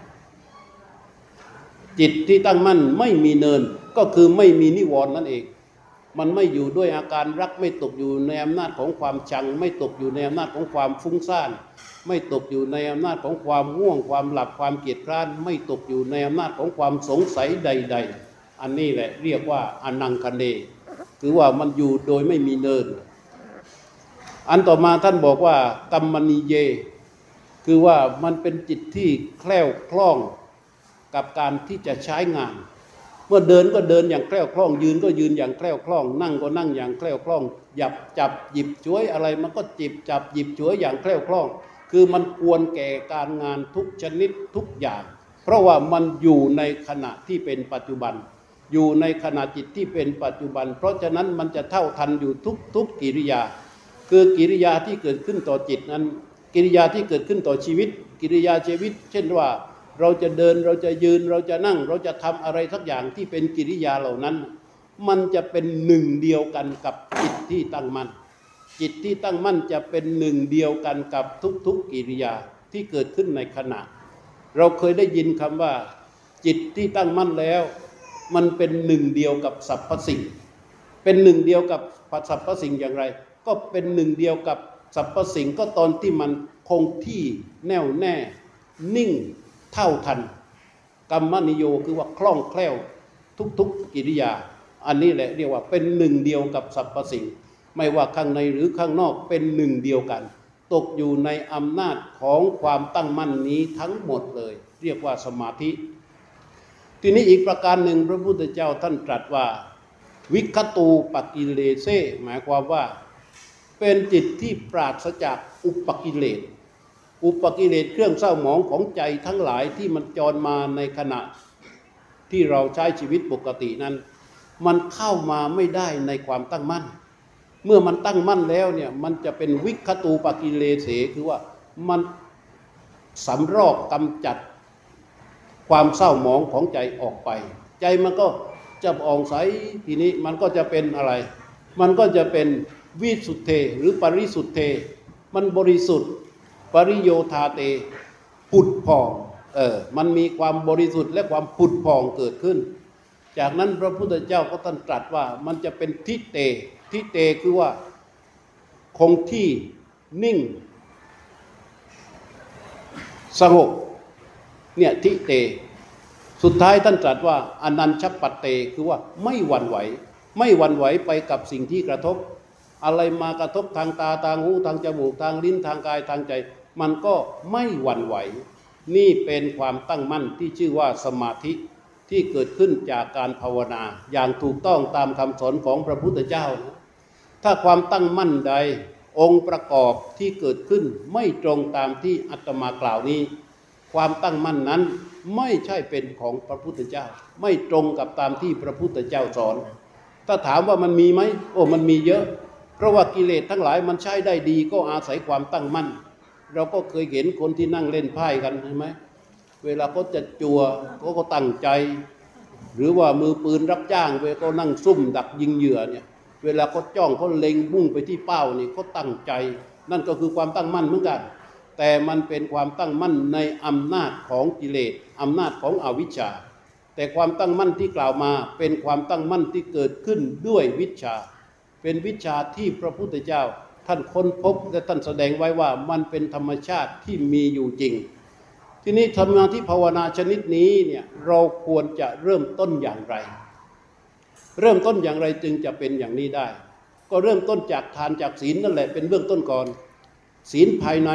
จิตที่ตั้งมั่นไม่มีเนินก็คือไม่มีนิวรณ์นั่นเองมันไม่อยู่ด้วยอาการรักไม่ตกอยู่ในอำนาจของความชังไม่ตกอยู่ในอำนาจของความฟุ้งซ่านไม่ตกอยู่ในอำนาจของความง่วงความหลับความเกียจคร้านไม่ตกอยู่ในอำนาจของความสงสัยใดๆอันนี้แหละเรียกว่าอนังคเนคือว่ามันอยู่โดยไม่มีเนินอันต่อมาท่านบอกว่ากัมมณีเยคือว่ามันเป็นจิตที่แคล่วคล่องกับการที่จะใช้งานเมื่อเดินก็เดินอย่างแคล่วคล่องยืนก็ยืนอย่างแคล่วคล่องนั่งก็นั่งอย่างแคล่วคล่องหยับจับหยิบฉวยอะไรมันก็จิบจับหยิบฉวยอย่างแคล่วคล่องคือมันควรแก่การงานทุกชนิดทุกอย่างเพราะว่ามันอยู่ในขณะที่เป็นปัจจุบันอยู่ในขณะจิตที่เป็นปัจจุบันเพราะฉะนั้นมันจะเท่าทันอยู่ทุกทุกกิริยาคือกิริยาที่เกิดขึ้นต่อจิตนั้นกิริยาที่เกิดขึ้นต่อชีวิตกิริยาชีวิตเช่นว่าเราจะเดินเราจะยืนเราจะนั่งเราจะทำอะไรสักอย่างที่เป็นกิริยาเหล่านั้นมันจะเป็นหนึ่งเดียวกันกับจิตที่ตั้งมั่นจิตที่ตั้งมั่นจะเป็นหนึ่งเดียวกันกับทุกๆกิริยาที่เกิดขึ้นในขณะเราเคยได้ยินคำว่าจิตที่ตั้งมั่นแล้วมันเป็นหนึ่งเดียวกับสรรพสิ่งเป็นหนึ่งเดียวกับสรรพสิ่งอย่างไรก็เป็นหนึ่งเดียวกับสรรพสิ่งก็ตอนที่มันคงที่แน่วแน่นิ่งเท่าทันกัมมนิโยคือว่าคล่องแคล่วทุกๆกิริยาอันนี้แหละเรียกว่าเป็นหนึ่งเดียวกับสรรพสิ่งไม่ว่าข้างในหรือข้างนอกเป็นหนึ่งเดียวกันตกอยู่ในอำนาจของความตั้งมั่นนี้ทั้งหมดเลยเรียกว่าสมาธิทีนี้อีกประการหนึ่งพระพุทธเจ้าท่านตรัสว่าวิคตูปกิเลเสหมายความว่าเป็นจิตที่ปราศจากอุปกิเลสอุปกิเลสเครื่องเศร้าหมองของใจทั้งหลายที่มันจรมาในขณะที่เราใช้ชีวิตปกตินั้นมันเข้ามาไม่ได้ในความตั้งมั่นเมื่อมันตั้งมั่นแล้วเนี่ยมันจะเป็นวิคตูปกิเลเสคือว่ามันสำรอกกำจัดความเศร้าหมองของใจออกไปใจมันก็จะอ่องใสทีนี้มันก็จะเป็นอะไรมันก็จะเป็นวิสุทธเทหรือปริสุทธเทมันบริสุทธิ์ปริโยธาเตผุดผ่องเออมันมีความบริสุทธิ์และความผุดผ่องเกิดขึ้นจากนั้นพระพุทธเจ้าก็ท่านตรัสว่ามันจะเป็นทิเตทิเตคือว่าคงที่นิ่งสงบเนี่ยทิเตสุดท้ายท่านตรัสว่าอนันชปัตเตคือว่าไม่หวั่นไหวไม่หวั่นไหวไปกับสิ่งที่กระทบอะไรมากระทบทางตาทางหูทางจมูกทางลิ้นทางกายทางใจมันก็ไม่หวั่นไหวนี่เป็นความตั้งมั่นที่ชื่อว่าสมาธิที่เกิดขึ้นจากการภาวนาอย่างถูกต้องตามคำสอนของพระพุทธเจ้านะถ้าความตั้งมั่นใดองค์ประกอบที่เกิดขึ้นไม่ตรงตามที่อาตมากล่าวนี้ความตั้งมั่นนั้นไม่ใช่เป็นของพระพุทธเจ้าไม่ตรงกับตามที่พระพุทธเจ้าสอนถ้าถามว่ามันมีไหมโอ้มันมีเยอะเพราะว่ากิเลสทั้งหลายมันใช้ได้ดีก็อาศัยความตั้งมั่นเราก็เคยเห็นคนที่นั่งเล่นไพ่กันใช่ไหมเวลาเขาจะจั่วเขาก็ตั้งใจหรือว่ามือปืนรับจ้างเวลาเขานั่งซุ่มดักยิงเหยื่อเนี่ยเวลาเขาจ้องเขาเล็งมุ่งไปที่เป้านี่เขาตั้งใจนั่นก็คือความตั้งมั่นเหมือนกันแต่มันเป็นความตั้งมั่นในอำนาจของกิเลสอำนาจของอวิชชาแต่ความตั้งมั่นที่กล่าวมาเป็นความตั้งมั่นที่เกิดขึ้นด้วยวิชชาเป็นวิชาที่พระพุทธเจ้าท่านค้นพบและท่านแสดงไว้ว่ามันเป็นธรรมชาติที่มีอยู่จริงทีนี้ธรรมะที่ภาวนาชนิดนี้เนี่ยเราควรจะเริ่มต้นอย่างไรเริ่มต้นอย่างไรจึงจะเป็นอย่างนี้ได้ก็เริ่มต้นจากทานจากศีลนั่นแหละเป็นเบื้องต้นก่อนศีลภายใน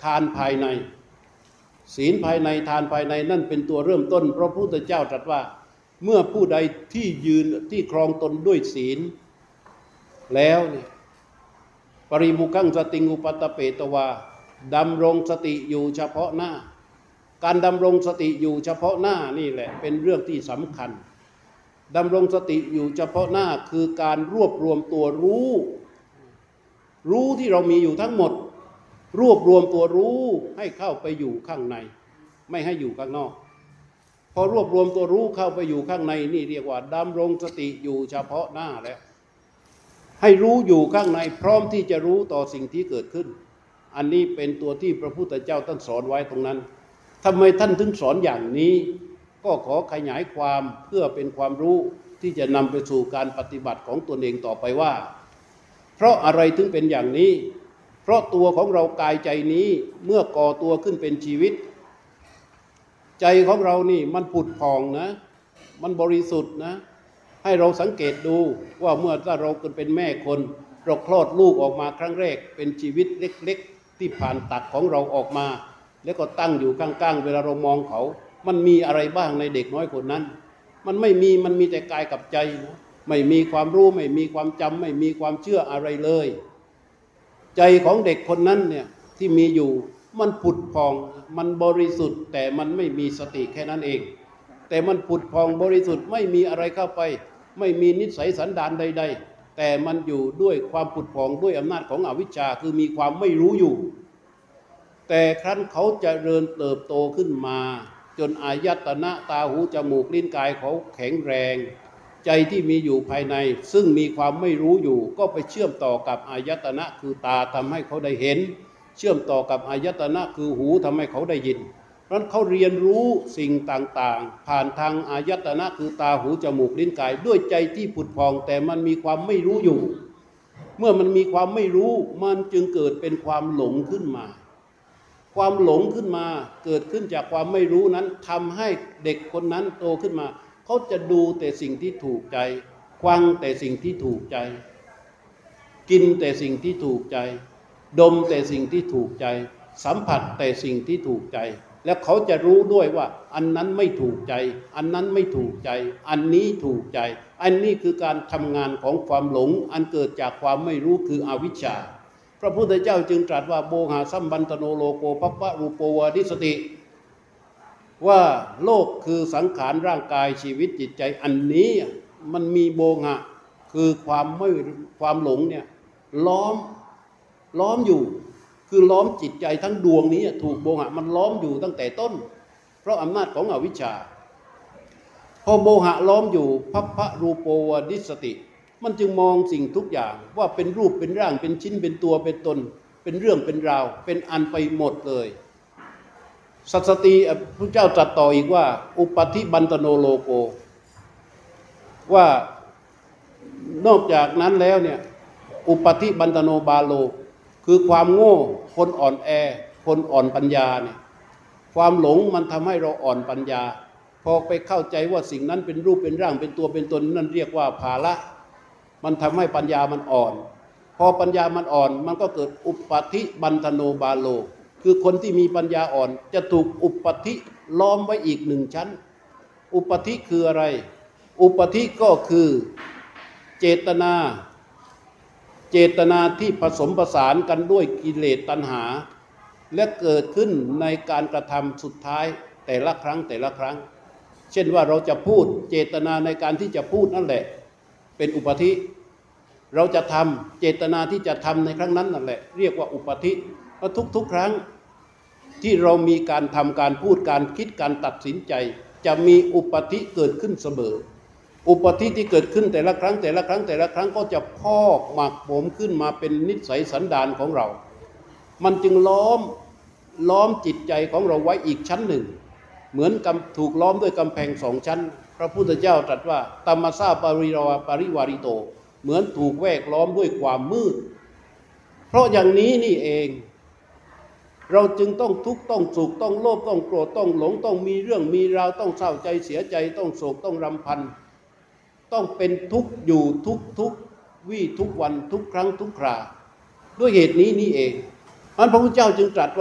ทานภายในศีลภายในทานภายในนั่นเป็นตัวเริ่มต้นเพราะพระพุทธเจ้าตรัสว่าเมื่อผู้ใดที่ยืนที่ครองตนด้วยศีลแล้วเนี่ยปริมุขังสติงอุปัตตเปตวาดำรงสติอยู่เฉพาะหน้าการดำรงสติอยู่เฉพาะหน้านี่แหละเป็นเรื่องที่สำคัญดำรงสติอยู่เฉพาะหน้าคือการรวบรวมตัวรู้รู้ที่เรามีอยู่ทั้งหมดรวบรวมตัวรู้ให้เข้าไปอยู่ข้างในไม่ให้อยู่ข้างนอกพอรวบรวมตัวรู้เข้าไปอยู่ข้างในนี่เรียกว่าดำรงสติอยู่เฉพาะหน้าแล้วให้รู้อยู่ข้างในพร้อมที่จะรู้ต่อสิ่งที่เกิดขึ้นอันนี้เป็นตัวที่พระพุทธเจ้าท่านสอนไว้ตรงนั้นทำไมท่านถึงสอนอย่างนี้ก็ขอขยายความเพื่อเป็นความรู้ที่จะนำไปสู่การปฏิบัติของตนเองต่อไปว่าเพราะอะไรถึงเป็นอย่างนี้เพราะตัวของเรากายใจนี้เมื่อก่อตัวขึ้นเป็นชีวิตใจของเรานี่มันผุดผ่องนะมันบริสุทธิ์นะให้เราสังเกตดูว่าเมื่อถ้าเราเกิดเป็นแม่คนเราคลอดลูกออกมาครั้งแรกเป็นชีวิตเล็กๆที่ผ่านตักของเราออกมาแล้วก็ตั้งอยู่ข้างๆเวลาเรามองเขามันมีอะไรบ้างในเด็กน้อยคนนั้นมันไม่มีมันมีแต่กายกับใจนะไม่มีความรู้ไม่มีความจำไม่มีความเชื่ออะไรเลยใจของเด็กคนนั้นเนี่ยที่มีอยู่มันผุดพองมันบริสุทธิ์แต่มันไม่มีสติแค่นั้นเองแต่มันผุดพองบริสุทธิ์ไม่มีอะไรเข้าไปไม่มีนิสัยสันดานใดๆแต่มันอยู่ด้วยความผุดพองด้วยอำนาจของอวิชชาคือมีความไม่รู้อยู่แต่ครั้นเขาเจริญเติบโตขึ้นมาจนอายตนะตาหูจมูกลิ้นกายเขาแข็งแรงใจที่มีอยู่ภายในซึ่งมีความไม่รู้อยู่ก็ไปเชื่อมต่อกับอายตนะคือตาทำให้เขาได้เห็นเชื่อมต่อกับอายตนะคือหูทำให้เขาได้ยินเพราะเขาเรียนรู้สิ่งต่างๆผ่านทางอายตนะคือตาหูจมูกลิ้นกายด้วยใจที่ผุดพองแต่มันมีความไม่รู้อยู่เมื่อมันมีความไม่รู้มันจึงเกิดเป็นความหลงขึ้นมาความหลงขึ้นมาเกิดขึ้นจากความไม่รู้นั้นทำให้เด็กคนนั้นโตขึ้นมาเขาจะดูแต่สิ่งที่ถูกใจฟังแต่สิ่งที่ถูกใจกินแต่สิ่งที่ถูกใจดมแต่สิ่งที่ถูกใจสัมผัสแต่สิ่งที่ถูกใจแล้วเขาจะรู้ด้วยว่าอันนั้นไม่ถูกใจอันนั้นไม่ถูกใจอันนี้ถูกใจอันนี้คือการทำงานของความหลงอันเกิดจากความไม่รู้คืออวิชชาพระพุทธเจ้าจึงตรัสว่าโมหะสัมบันตโนโลโกภัพพะรูโปวาทิสติว่าโลกคือสังขารร่างกายชีวิตจิตใจอันนี้มันมีโมหะคือความไม่ความหลงเนี่ยล้อมล้อมอยู่คือล้อมจิตใจทั้งดวงนี้ถูกโมหะมันล้อมอยู่ตั้งแต่ต้นเพราะอำนาจของอวิชชาพอโมหะล้อมอยู่ภัพพะรูโปวาทิสติมันจึงมองสิ่งทุกอย่างว่าเป็นรูปเป็นร่างเป็นชิ้นเป็นตัวเป็นตนเป็นเรื่องเป็นราวเป็นอันไปหมดเลยสัสติพระเจ้าตรัสต่ออีกว่าอุปธิบันตโนโลโกว่านอกจากนั้นแล้วเนี่ยอุปธิบันตโนบาโลคือความโง่คนอ่อนแอคนอ่อนปัญญาเนี่ยความหลงมันทำให้เราอ่อนปัญญาพอไปเข้าใจว่าสิ่งนั้นเป็นรูปเป็นร่างเป็นตัวเป็นตนนั่นเรียกว่าภาละมันทำให้ปัญญามันอ่อนพอปัญญามันอ่อนมันก็เกิดอุปธิบันตโนบาโลคือคนที่มีปัญญาอ่อนจะถูกอุปธิล้อมไว้อีกหนึ่งชั้นอุปธิคืออะไรอุปธิก็คือเจตนาเจตนาที่ผสมผสานกันด้วยกิเลสตัณหาและเกิดขึ้นในการกระทำสุดท้ายแต่ละครั้งแต่ละครั้งเช่นว่าเราจะพูดเจตนาในการที่จะพูดนั่นแหละเป็นอุปธิเราจะทำเจตนาที่จะทำในครั้งนั้นนั่นแหละเรียกว่าอุปธิเพราะทุกๆครั้งที่เรามีการทำการพูดการคิดการตัดสินใจจะมีอุปธิเกิดขึ้นเสมออุปธิที่เกิดขึ้นแต่ละครั้งแต่ละครั้งแต่ละครั้งก็จะพอกหมักผมขึ้นมาเป็นนิสัยสันดานของเรามันจึงล้อมล้อมจิตใจของเราไว้อีกชั้นหนึ่งเหมือนกับถูกล้อมด้วยกำแพงสองชั้นพระพุทธเจ้าตรัสว่าตัมมสาปริรวาปริวาริโตเหมือนถูกแวกล้อมด้วยความมืดเพราะอย่างนี้นี่เองเราจึงต้องทุกข์ต้องสุขต้องโลภต้องโกรธต้องหลงต้องมีเรื่องมีราวต้องเศร้าใจเสียใจต้องโศกต้องรำพันต้องเป็นทุกข์อยู่ทุกทุกวี่ทุกวันทุกครั้งทุกคราด้วยเหตุนี้นี่เองเพราะพระพุทธเจ้าจึงตรัสว่า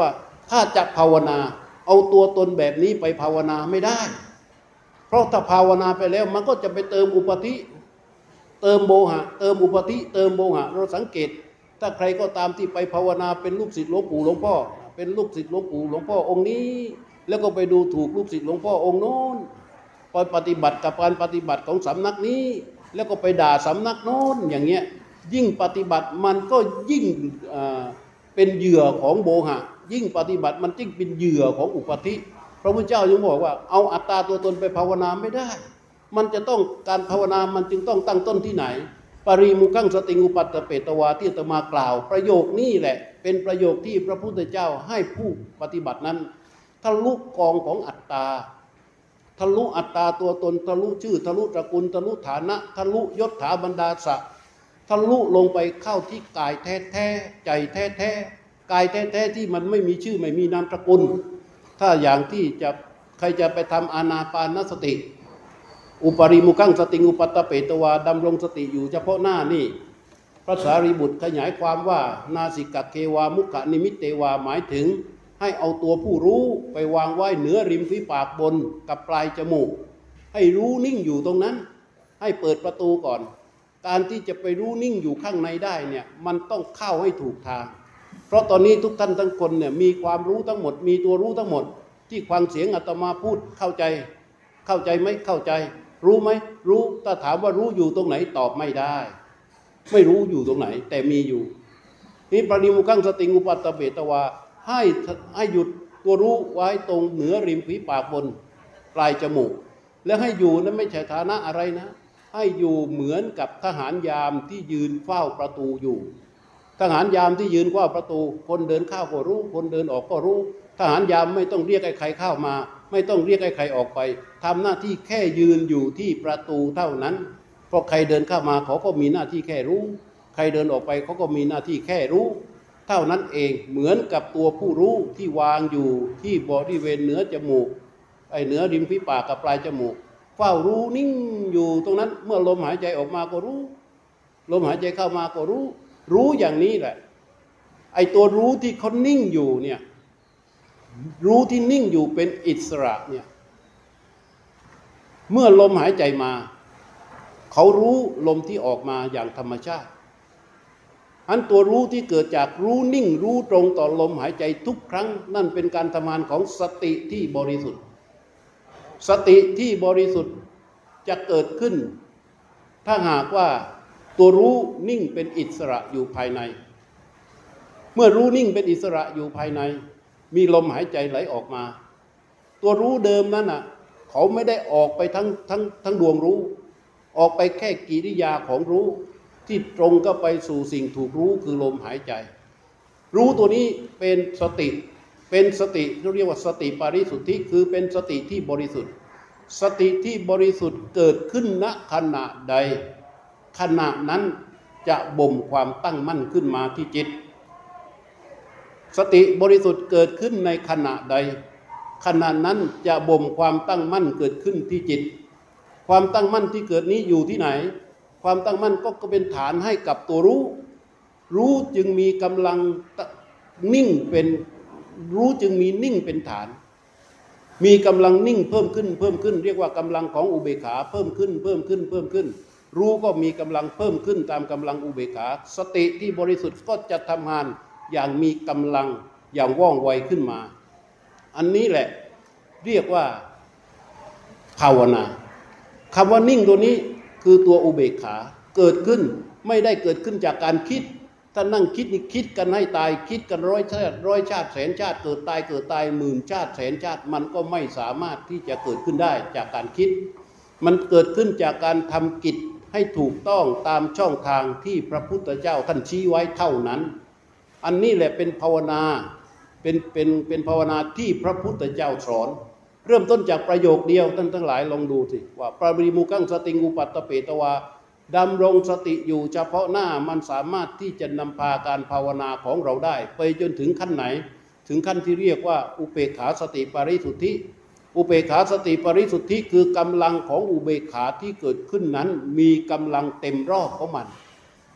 ถ้าจะภาวนาเอาตัวตนแบบนี้ไปภาวนาไม่ได้เพราะถ้าภาวนาไปแล้วมันก็จะไปเติมอุปธิเติมโมหะเติมอุปธิเติมโมหะเราสังเกตถ้าใครก็ตามที่ไปภาวนาเป็นลูกศิษย์หลวงปู่หลวงพ่อเป็นลูกศิษย์หลวงปู่หลวงพ่อองค์นี้แล้วก็ไปดูถูกลูกศิษย์หลวงพ่อองค์โน้นไปปฏิบัติกับการปฏิบัติของสำนักนี้แล้วก็ไปด่าสำนักโน้นอย่างเงี้ยยิ่งปฏิบัติมันก็ยิ่งเป็นเหยื่อของโมหะยิ่งปฏิบัติมันยิ่งเป็นเหยื่อของอุปธิพระพุทธเจ้ายังบอกว่าเอาอัตตาตัวตนไปภาวนาไม่ได้มันจะต้องการภาวนามันจึงต้องตั้งต้นที่ไหนปริมุขังสติงอุปัตตเปตวาที่อาตมากล่าวประโยคนี้แหละเป็นประโยคที่พระพุทธเจ้าให้ผู้ปฏิบัตินั้นทะลุกองของอัตตาทะลุอัตตาตัวตนทะลุชื่อทะลุตระกูลทะลุฐานะทะลุยศถาบรรดาศักดิ์ทะลุลงไปเข้าที่กายแท้ๆใจแท้ๆกายแท้ๆที่มันไม่มีชื่อไม่มีนามตระกูลถ้าอย่างที่จะใครจะไปทำอานาปานสติอุปริมุขังสติงอุปัตตเปตวาดำรงสติอยู่เฉพาะหน้านี่พระสารีบุตรขยายความว่านาสิกเกวามุขนิมิตเตวาหมายถึงให้เอาตัวผู้รู้ไปวางไว้เหนือริมฝีปากบนกับปลายจมูกให้รู้นิ่งอยู่ตรงนั้นให้เปิดประตูก่อนการที่จะไปรู้นิ่งอยู่ข้างในได้เนี่ยมันต้องเข้าให้ถูกทางเพราะตอนนี้ทุกท่านทั้งคนเนี่ยมีความรู้ทั้งหมดมีตัวรู้ทั้งหมดที่ฟังเสียงอาตมาพูดเข้าใจเข้าใจไหมเข้าใจรู้ไหมรู้ถ้าถามว่ารู้อยู่ตรงไหนตอบไม่ได้ไม่รู้อยู่ตรงไหนแต่มีอยู่นี่ปริมุขังสติงอุปัตตเปตวาให้ให้หยุดตัวรู้ไว้ตรงเหนือริมฝีปากบนปลายจมูกแล้วให้อยู่นั้นไม่ใช่ฐานะอะไรนะให้อยู่เหมือนกับทหารยามที่ยืนเฝ้าประตูอยู่ทหารยามที่ยืนเฝ้าประตูคนเดินเข้าก็รู้คนเดินออกก็รู้ทหารยามไม่ต้องเรียกใครเข้ามาไม่ต้องเรียกใครออกไปทำหน้าที่แค่ยืนอยู่ที่ประตูเท่านั้นเพราะใครเดินเข้ามาเขาก็มีหน้าที่แค่รู้ใครเดินออกไปเขาก็มีหน้าที่แค่รู้เท่านั้นเองเหมือนกับตัวผู้รู้ที่วางอยู่ที่บริเวณเหนือจมูกไอ้เหนือริมฝีปากกับปลายจมูกเฝ้ารู้นิ่งอยู่ตรงนั้นเมื่อลมหายใจออกมาก็รู้ลมหายใจเข้ามาก็รู้รู้อย่างนี้แหละไอ้ตัวรู้ที่เขานิ่งอยู่เนี่ยรู้ที่นิ่งอยู่เป็นอิสระเนี่ยเมื่อลมหายใจมาเขารู้ลมที่ออกมาอย่างธรรมชาติอันตัวรู้ที่เกิดจากรู้นิ่งรู้ตรงต่อลมหายใจทุกครั้งนั่นเป็นการทำงานของสติที่บริสุทธิ์สติที่บริสุทธิ์จะเกิดขึ้นถ้าหากว่าตัวรู้นิ่งเป็นอิสระอยู่ภายในเมื่อรู้นิ่งเป็นอิสระอยู่ภายในมีลมหายใจไหลออกมาตัวรู้เดิมนั้นน่ะเขาไม่ได้ออกไปทั้งทั้งทั้งดวงรู้ออกไปแค่กิริยาของรู้ที่ตรงก็ไปสู่สิ่งถูกรู้คือลมหายใจรู้ตัวนี้เป็นสติเป็นสติเรียกว่าสติปาริสุทธิคือเป็นสติที่บริสุทธิ์สติที่บริสุทธิ์เกิดขึ้นณขณะใดขณะนั้นจะบ่มความตั้งมั่นขึ้นมาที่จิตสติบริสุทธิ์เกิดขึ้นในขณะใดขณะนั้นจะบ่มความตั้งมั่นเกิดขึ้นที่จิตความตั้งมั่นที่เกิดนี้อยู่ที่ไหนความตั้งมั่นก็เป็นฐานให้กับตัวรู้รู้จึงมีกำลังนิ่งเป็นรู้จึงมีนิ่งเป็นฐานมีกำลังนิ่งเพิ่มขึ้นเพิ่มขึ้นเรียกว่ากำลังของอุเบกขาเพิ่มขึ้นเพิ่มขึ้นเพิ่มขึ้นรู้ก็มีกำลังเพิ่มขึ้นตามกำลังอุเบกขาสติที่บริสุทธิ์ก็จะทำงานอย่างมีกำลังอย่างว่องไวขึ้นมาอันนี้แหละเรียกว่าภาวนาคำว่านิ่งตัวนี้คือตัวอุเบกขาเกิดขึ้นไม่ได้เกิดขึ้นจากการคิดถ้านั่งคิดนี่คิดกันให้ตายคิดกันร้อยชาติร้อยชาติแสนชาติเกิดตายเกิดตายหมื่นชาติแสนชาติมันก็ไม่สามารถที่จะเกิดขึ้นได้จากการคิดมันเกิดขึ้นจากการทำกิจให้ถูกต้องตามช่องทางที่พระพุทธเจ้าท่านชี้ไว้เท่านั้นอันนี้แหละเป็นภาวนาเป็นเป็นเป็นภาวนาที่พระพุทธเจ้าสอนเริ่มต้นจากประโยคเดียวท่านทั้งหลายลองดูสิว่าปริมุขังสติงอุปัตตเปตวาดำรงสติอยู่เฉพาะหน้ามันสามารถที่จะนำพาการภาวนาของเราได้ไปจนถึงขั้นไหนถึงขั้นที่เรียกว่าอุเบกขาสติปริสุทธิอุเบกขาสติปริสุทธิคือกำลังของอุเบกขาที่เกิดขึ้นนั้นมีกำลังเต็มรอบของมัน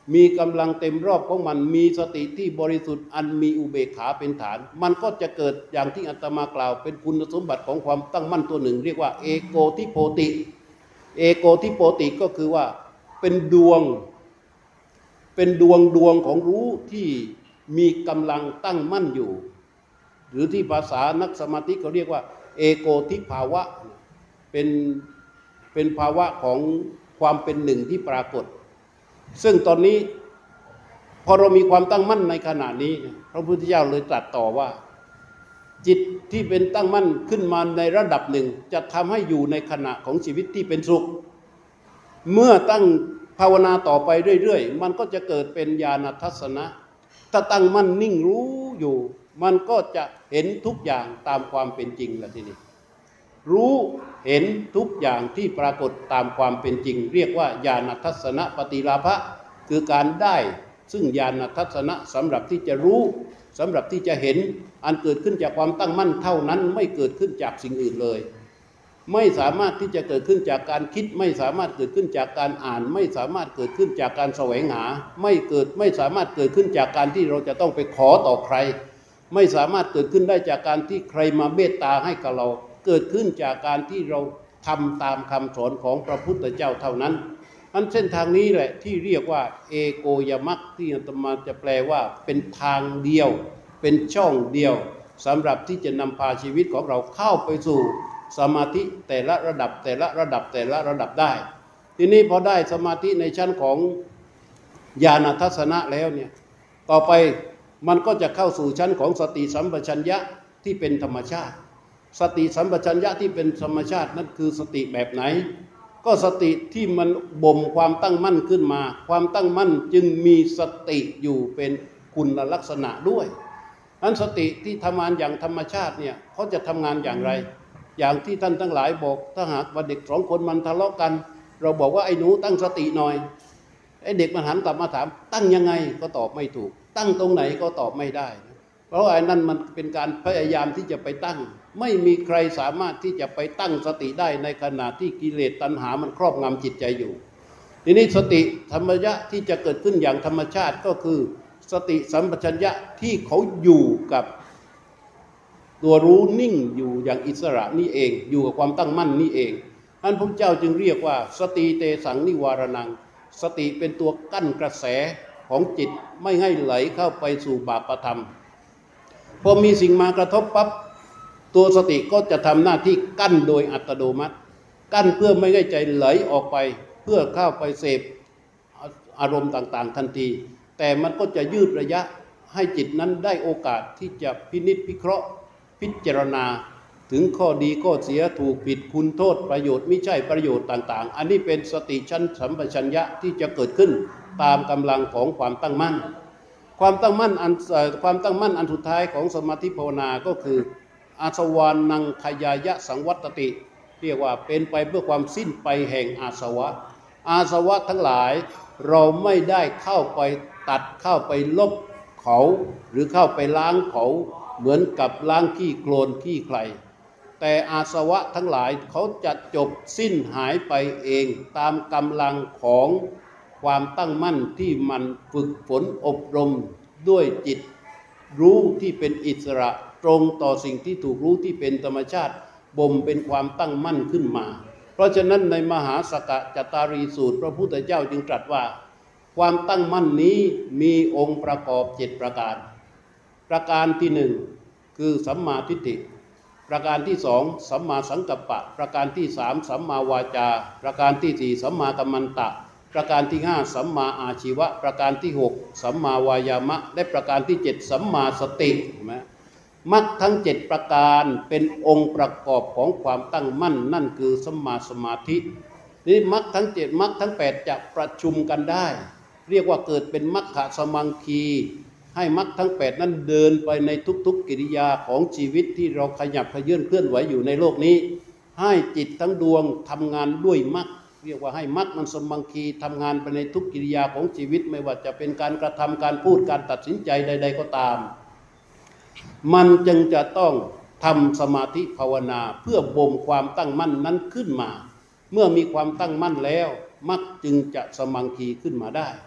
มีกำลังเต็มรอบของมันมีสติที่บริสุทธิ์อันมีอุเบกขาเป็นฐานมันก็จะเกิดอย่างที่อาตมากล่าวเป็นคุณสมบัติของความตั้งมั่นตัวหนึ่งเรียกว่าเอโกทิโพติเอโกทิโพติก็คือว่าเป็นดวงเป็นดวงดวงของรู้ที่มีกำลังตั้งมั่นอยู่หรือที่ภาษานักสมาธิเขาเรียกว่าเอโกทิภาวะเป็นเป็นภาวะของความเป็นหนึ่งที่ปรากฏซึ่งตอนนี้พอเรามีความตั้งมั่นในขณะนี้พระพุทธเจ้าเลยตรัสต่อว่าจิตที่เป็นตั้งมั่นขึ้นมาในระดับหนึ่งจะทำให้อยู่ในขณะของชีวิตที่เป็นสุขเมื่อตั้งภาวนาต่อไปเรื่อยๆมันก็จะเกิดเป็นญาณทัศนะถ้าตั้งมั่นนิ่งรู้อยู่มันก็จะเห็นทุกอย่างตามความเป็นจริงละทีนี้รู้เห็นทุกอย่างที่ปรากฏตามความเป็นจริงเรียกว่าญาณทัศนะปฏิลาภะคือการได้ซึ่งญาณทัศนะสำหรับที่จะรู้สำหรับที่จะเห็นอันเกิดขึ้นจากความตั้งมั่นเท่านั้นไม่เกิดขึ้นจากสิ่งอื่นเลยไม่สามารถที่จะเกิดขึ้นจากการคิดไม่สามารถเกิดขึ้นจากการอ่านไม่สามารถเกิดขึ้นจากการแสวงหาไม่เกิดไม่สามารถเกิดขึ้นจากการที่เราจะต้องไปขอต่อใครไม่สามารถเกิดขึ้นได้จากการที่ใครมาเมตตาให้กับเราเกิดขึ้นจากการที่เราทำตามคำสอนของพระพุทธเจ้าเท่านั้นอันเส้นทางนี้แหละที่เรียกว่าเอโกยมัคที่อาตมาจะแปลว่าเป็นทางเดียวเป็นช่องเดียวสำหรับที่จะนำพาชีวิตของเราเข้าไปสู่สมาธิแต่ละระดับแต่ละระดับแต่ละระดับได้ทีนี้พอได้สมาธิในชั้นของญาณทัศนะแล้วเนี่ยต่อไปมันก็จะเข้าสู่ชั้นของสติสัมปชัญญะที่เป็นธรรมชาติสติสัมปชัญญะที่เป็นธรรมชาตินั่นคือสติแบบไหนก็สติที่มันบ่มความตั้งมั่นขึ้นมาความตั้งมั่นจึงมีสติอยู่เป็นคุณลักษณะด้วยนั้นสติที่ทำงานอย่างธรรมชาติเนี่ยเขาจะทำงานอย่างไรอย่างที่ท่านทั้งหลายบอกถ้าหากว่าเด็กสองคนมันทะเลาะกันเราบอกว่าไอ้หนูตั้งสติหน่อยไอ้เด็กมันหันกลับมาถามตั้งยังไงก็ตอบไม่ถูกตั้งตรงไหนก็ตอบไม่ได้เพราะไอ้นั่นมันเป็นการพยายามที่จะไปตั้งไม่มีใครสามารถที่จะไปตั้งสติได้ในขณะที่กิเลสตัณหามันครอบงำจิตใจอยู่ทีนี้สติธรรมญะที่จะเกิดขึ้นอย่างธรรมชาติก็คือสติสัมปชัญญะที่เขาอยู่กับตัวรู้นิ่งอยู่อย่างอิสระนี่เองอยู่กับความตั้งมั่นนี่เองท่านพระเจ้าจึงเรียกว่าสติเตสังนิวารนังสติเป็นตัวกั้นกระแสของจิตไม่ให้ไหลเข้าไปสู่บาปธรรมพอมีสิ่งมากระทบปั๊บตัวสติก็จะทำหน้าที่กั้นโดยอัตโนมัติกั้นเพื่อไม่ให้ใจไหลออกไปเพื่อเข้าไปเสพอารมณ์ต่างๆทันทีแต่มันก็จะยืดระยะให้จิตนั้นได้โอกาสที่จะพินิจพิเคราะห์พิจารณาถึงข้อดีข้อเสียถูกผิดคุณโทษประโยชน์ไม่ใช่ประโยชน์ต่างๆอันนี้เป็นสติชั้นสัมปชัญญะที่จะเกิดขึ้นตามกำลังของความตั้งมั่นความตั้งมั่นอันความตั้งมั่นอันสุดท้ายของสมาธิภาวนาก็คืออาสวานังขยายะสังวัตติเรียกว่าเป็นไปเพื่อความสิ้นไปแห่งอาสวะอาสวะทั้งหลายเราไม่ได้เข้าไปตัดเข้าไปลบเขาหรือเข้าไปล้างเขาเหมือนกับล้างขี้โคลนขี้ใครแต่อาสวะทั้งหลายเขาจะจบสิ้นหายไปเองตามกำลังของความตั้งมั่นที่มันฝึกฝนอบรมด้วยจิตรู้ที่เป็นอิสระตรงต่อสิ่งที่ถูกรู้ที่เป็นธรรมชาติบ่มเป็นความตั้งมั่นขึ้นมาเพราะฉะนั้นในมหาสกจตารีสูตรพระพุทธเจ้าจึงตรัสว่าความตั้งมั่นนี้มีองค์ประกอบเจ็ดประการประการที่หนึ่งคือสัมมาทิฏฐิประการที่สองสัมมาสังกัปปะประการที่สามสัมมาวาจาประการที่สี่สัมมากัมมันตะประการที่ห้าสัมมาอาชีวะประการที่หกสัมมาวายามะและประการที่เจ็ดสัมมาสติเห็นไหมมรรคทั้งเจ็ดประการเป็นองค์ประกอบของความตั้งมั่นนั่นคือสัมมาสมาธินี่มรรคทั้งเจ็ดมรรคทั้งแปดจะประชุมกันได้เรียกว่าเกิดเป็นมรรคสมังคีให้มรรคทั้งแปดนั้นเดินไปในทุกๆกิริยาของชีวิตที่เราขยับขยื่นเคลื่อนไหวอยู่ในโลกนี้ให้จิตทั้งดวงทำงานด้วยมรรคเรียกว่าให้มรรคมันสมังคีทำงานไปในทุกกิริยาของชีวิตไม่ว่าจะเป็นการกระทำการพูดการตัดสินใจใดๆก็ตามมันจึงจะต้องทำสมาธิภาวนาเพื่อบ่มความตั้งมั่นนั้นขึ้นมาเมื่อมีความตั้งมั่นแล้วมรรคจึงจะสมังคีขึ้นมาได้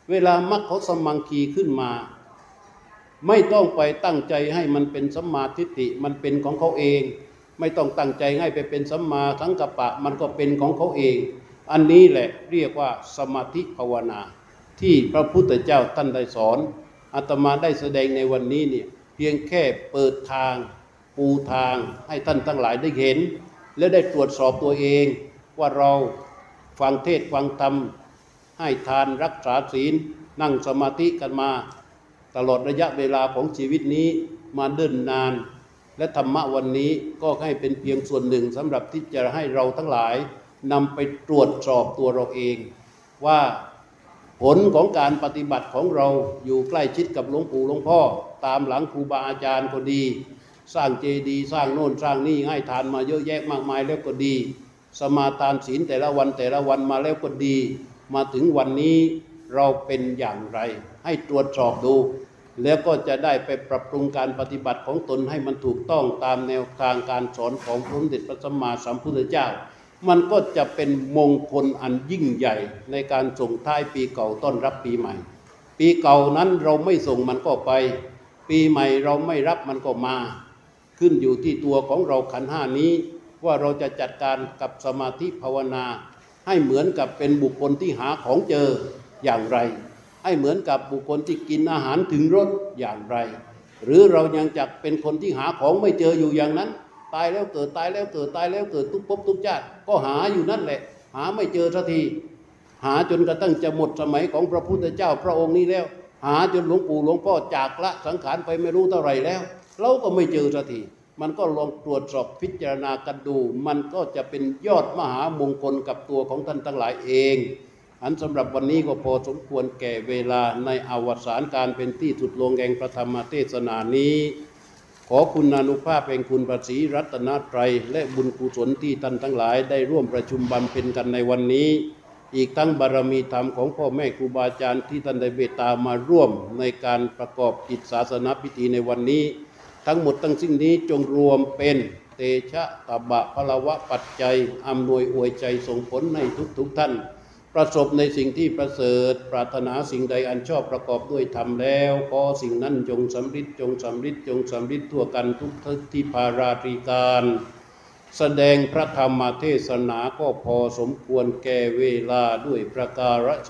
เวลามัคเขาสมังคีขึ้นมาไม่ต้องไปตั้งใจให้มันเป็นสัมมาทิฏฐิมันเป็นของเขาเองไม่ต้องตั้งใจให้ไปเป็นสัมมาสังกัปปะมันก็เป็นของเขาเองอันนี้แหละเรียกว่าสมาธิภาวนาที่พระพุทธเจ้าท่านได้สอนอาตมาได้แสดงในวันนี้เนี่ยเพียงแค่เปิดทางปูทางให้ท่านทั้งหลายได้เห็นและได้ตรวจสอบตัวเองว่าเราฟังเทศน์ฟังธรรมให้ทานรักษาศีลนั่งสมาธิกันมาตลอดระยะเวลาของชีวิตนี้มาเดินนานและธรรมะวันนี้ก็ให้เป็นเพียงส่วนหนึ่งสำหรับที่จะให้เราทั้งหลายนำไปตรวจสอบตัวเราเองว่าผลของการปฏิบัติของเราอยู่ใกล้ชิดกับหลวงปู่หลวงพ่อตามหลังครูบาอาจารย์ก็ดีสร้างเจดีย์สร้างโน่นสร้างนี่ให้ทานมาเยอะแยะมากมายแล้วก็ดีสมาทานศีลแต่ละวันแต่ละวันมาแล้วก็ดีมาถึงวันนี้เราเป็นอย่างไรให้ตรวจสอบดูแล้วก็จะได้ไปปรับปรุงการปฏิบัติของตนให้มันถูกต้องตามแนวทางการสอนของพระสมเด็จพระสัมมาสัมพุทธเจ้ามันก็จะเป็นมงคลอันยิ่งใหญ่ในการส่งท้ายปีเก่าต้อนรับปีใหม่ปีเก่านั้นเราไม่ส่งมันก็ไปปีใหม่เราไม่รับมันก็มาขึ้นอยู่ที่ตัวของเราขันธ์ห้านี้ว่าเราจะจัดการกับสมาธิภาวนาให้เหมือนกับเป็นบุคคลที่หาของเจออย่างไรให้เหมือนกับบุคคลที่กินอาหารถึงรสอย่างไรหรือเรายังจักเป็นคนที่หาของไม่เจออยู่อย่างนั้นตายแล้วเกิดตายแล้วเกิดตายแล้วเกิดทุกภพทุกชาติก็หาอยู่นั่นแหละหาไม่เจอสักทีหาจนกระทั่งจะหมดสมัยของพระพุทธเจ้าพระองค์นี้แล้วหาจนหลวงปู่หลวงพ่อจากละสังขารไปไม่รู้เท่าไหร่แล้วเราก็ไม่เจอสักทีมันก็ลองตรวจสอบพิจารณากันดูมันก็จะเป็นยอดมหามงคลกับตัวของท่านทั้งหลายเองอันสำหรับวันนี้ก็พอสมควรแก่เวลาในอวสานการเป็นที่สุดลงแห่งพระธรรมเทศนานี้ขอคุณานุภาพแห่งคุณพระศรีรัตนตรัยและบุญกุศลที่ท่านทั้งหลายได้ร่วมประชุมบำเพ็ญกันในวันนี้อีกทั้งบารมีธรรมของพ่อแม่ครูบาอาจารย์ที่ท่านได้เมตตามาร่วมในการประกอบกิจศาสนพิธีในวันนี้ทั้งหมดทั้งสิ้นนี้จงรวมเป็นเตชะตบะพลวะปัจจัยอำนวยอวยใจส่งผลให้ทุกๆ ท่านประสบในสิ่งที่ประเสริฐปรารถนาสิ่งใดอันชอบประกอบด้วยธรรมแล้วขอสิ่งนั้นจงสำฤทธิ์จงสำฤทธิ์จงสำฤทธิ์ทั่วกันทุกที่ภาราตรีการแสดงพระธรรมเทศนาก็พอสมควรแก่เวลาด้วยประการฉ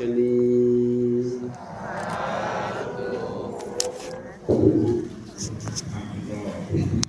นี้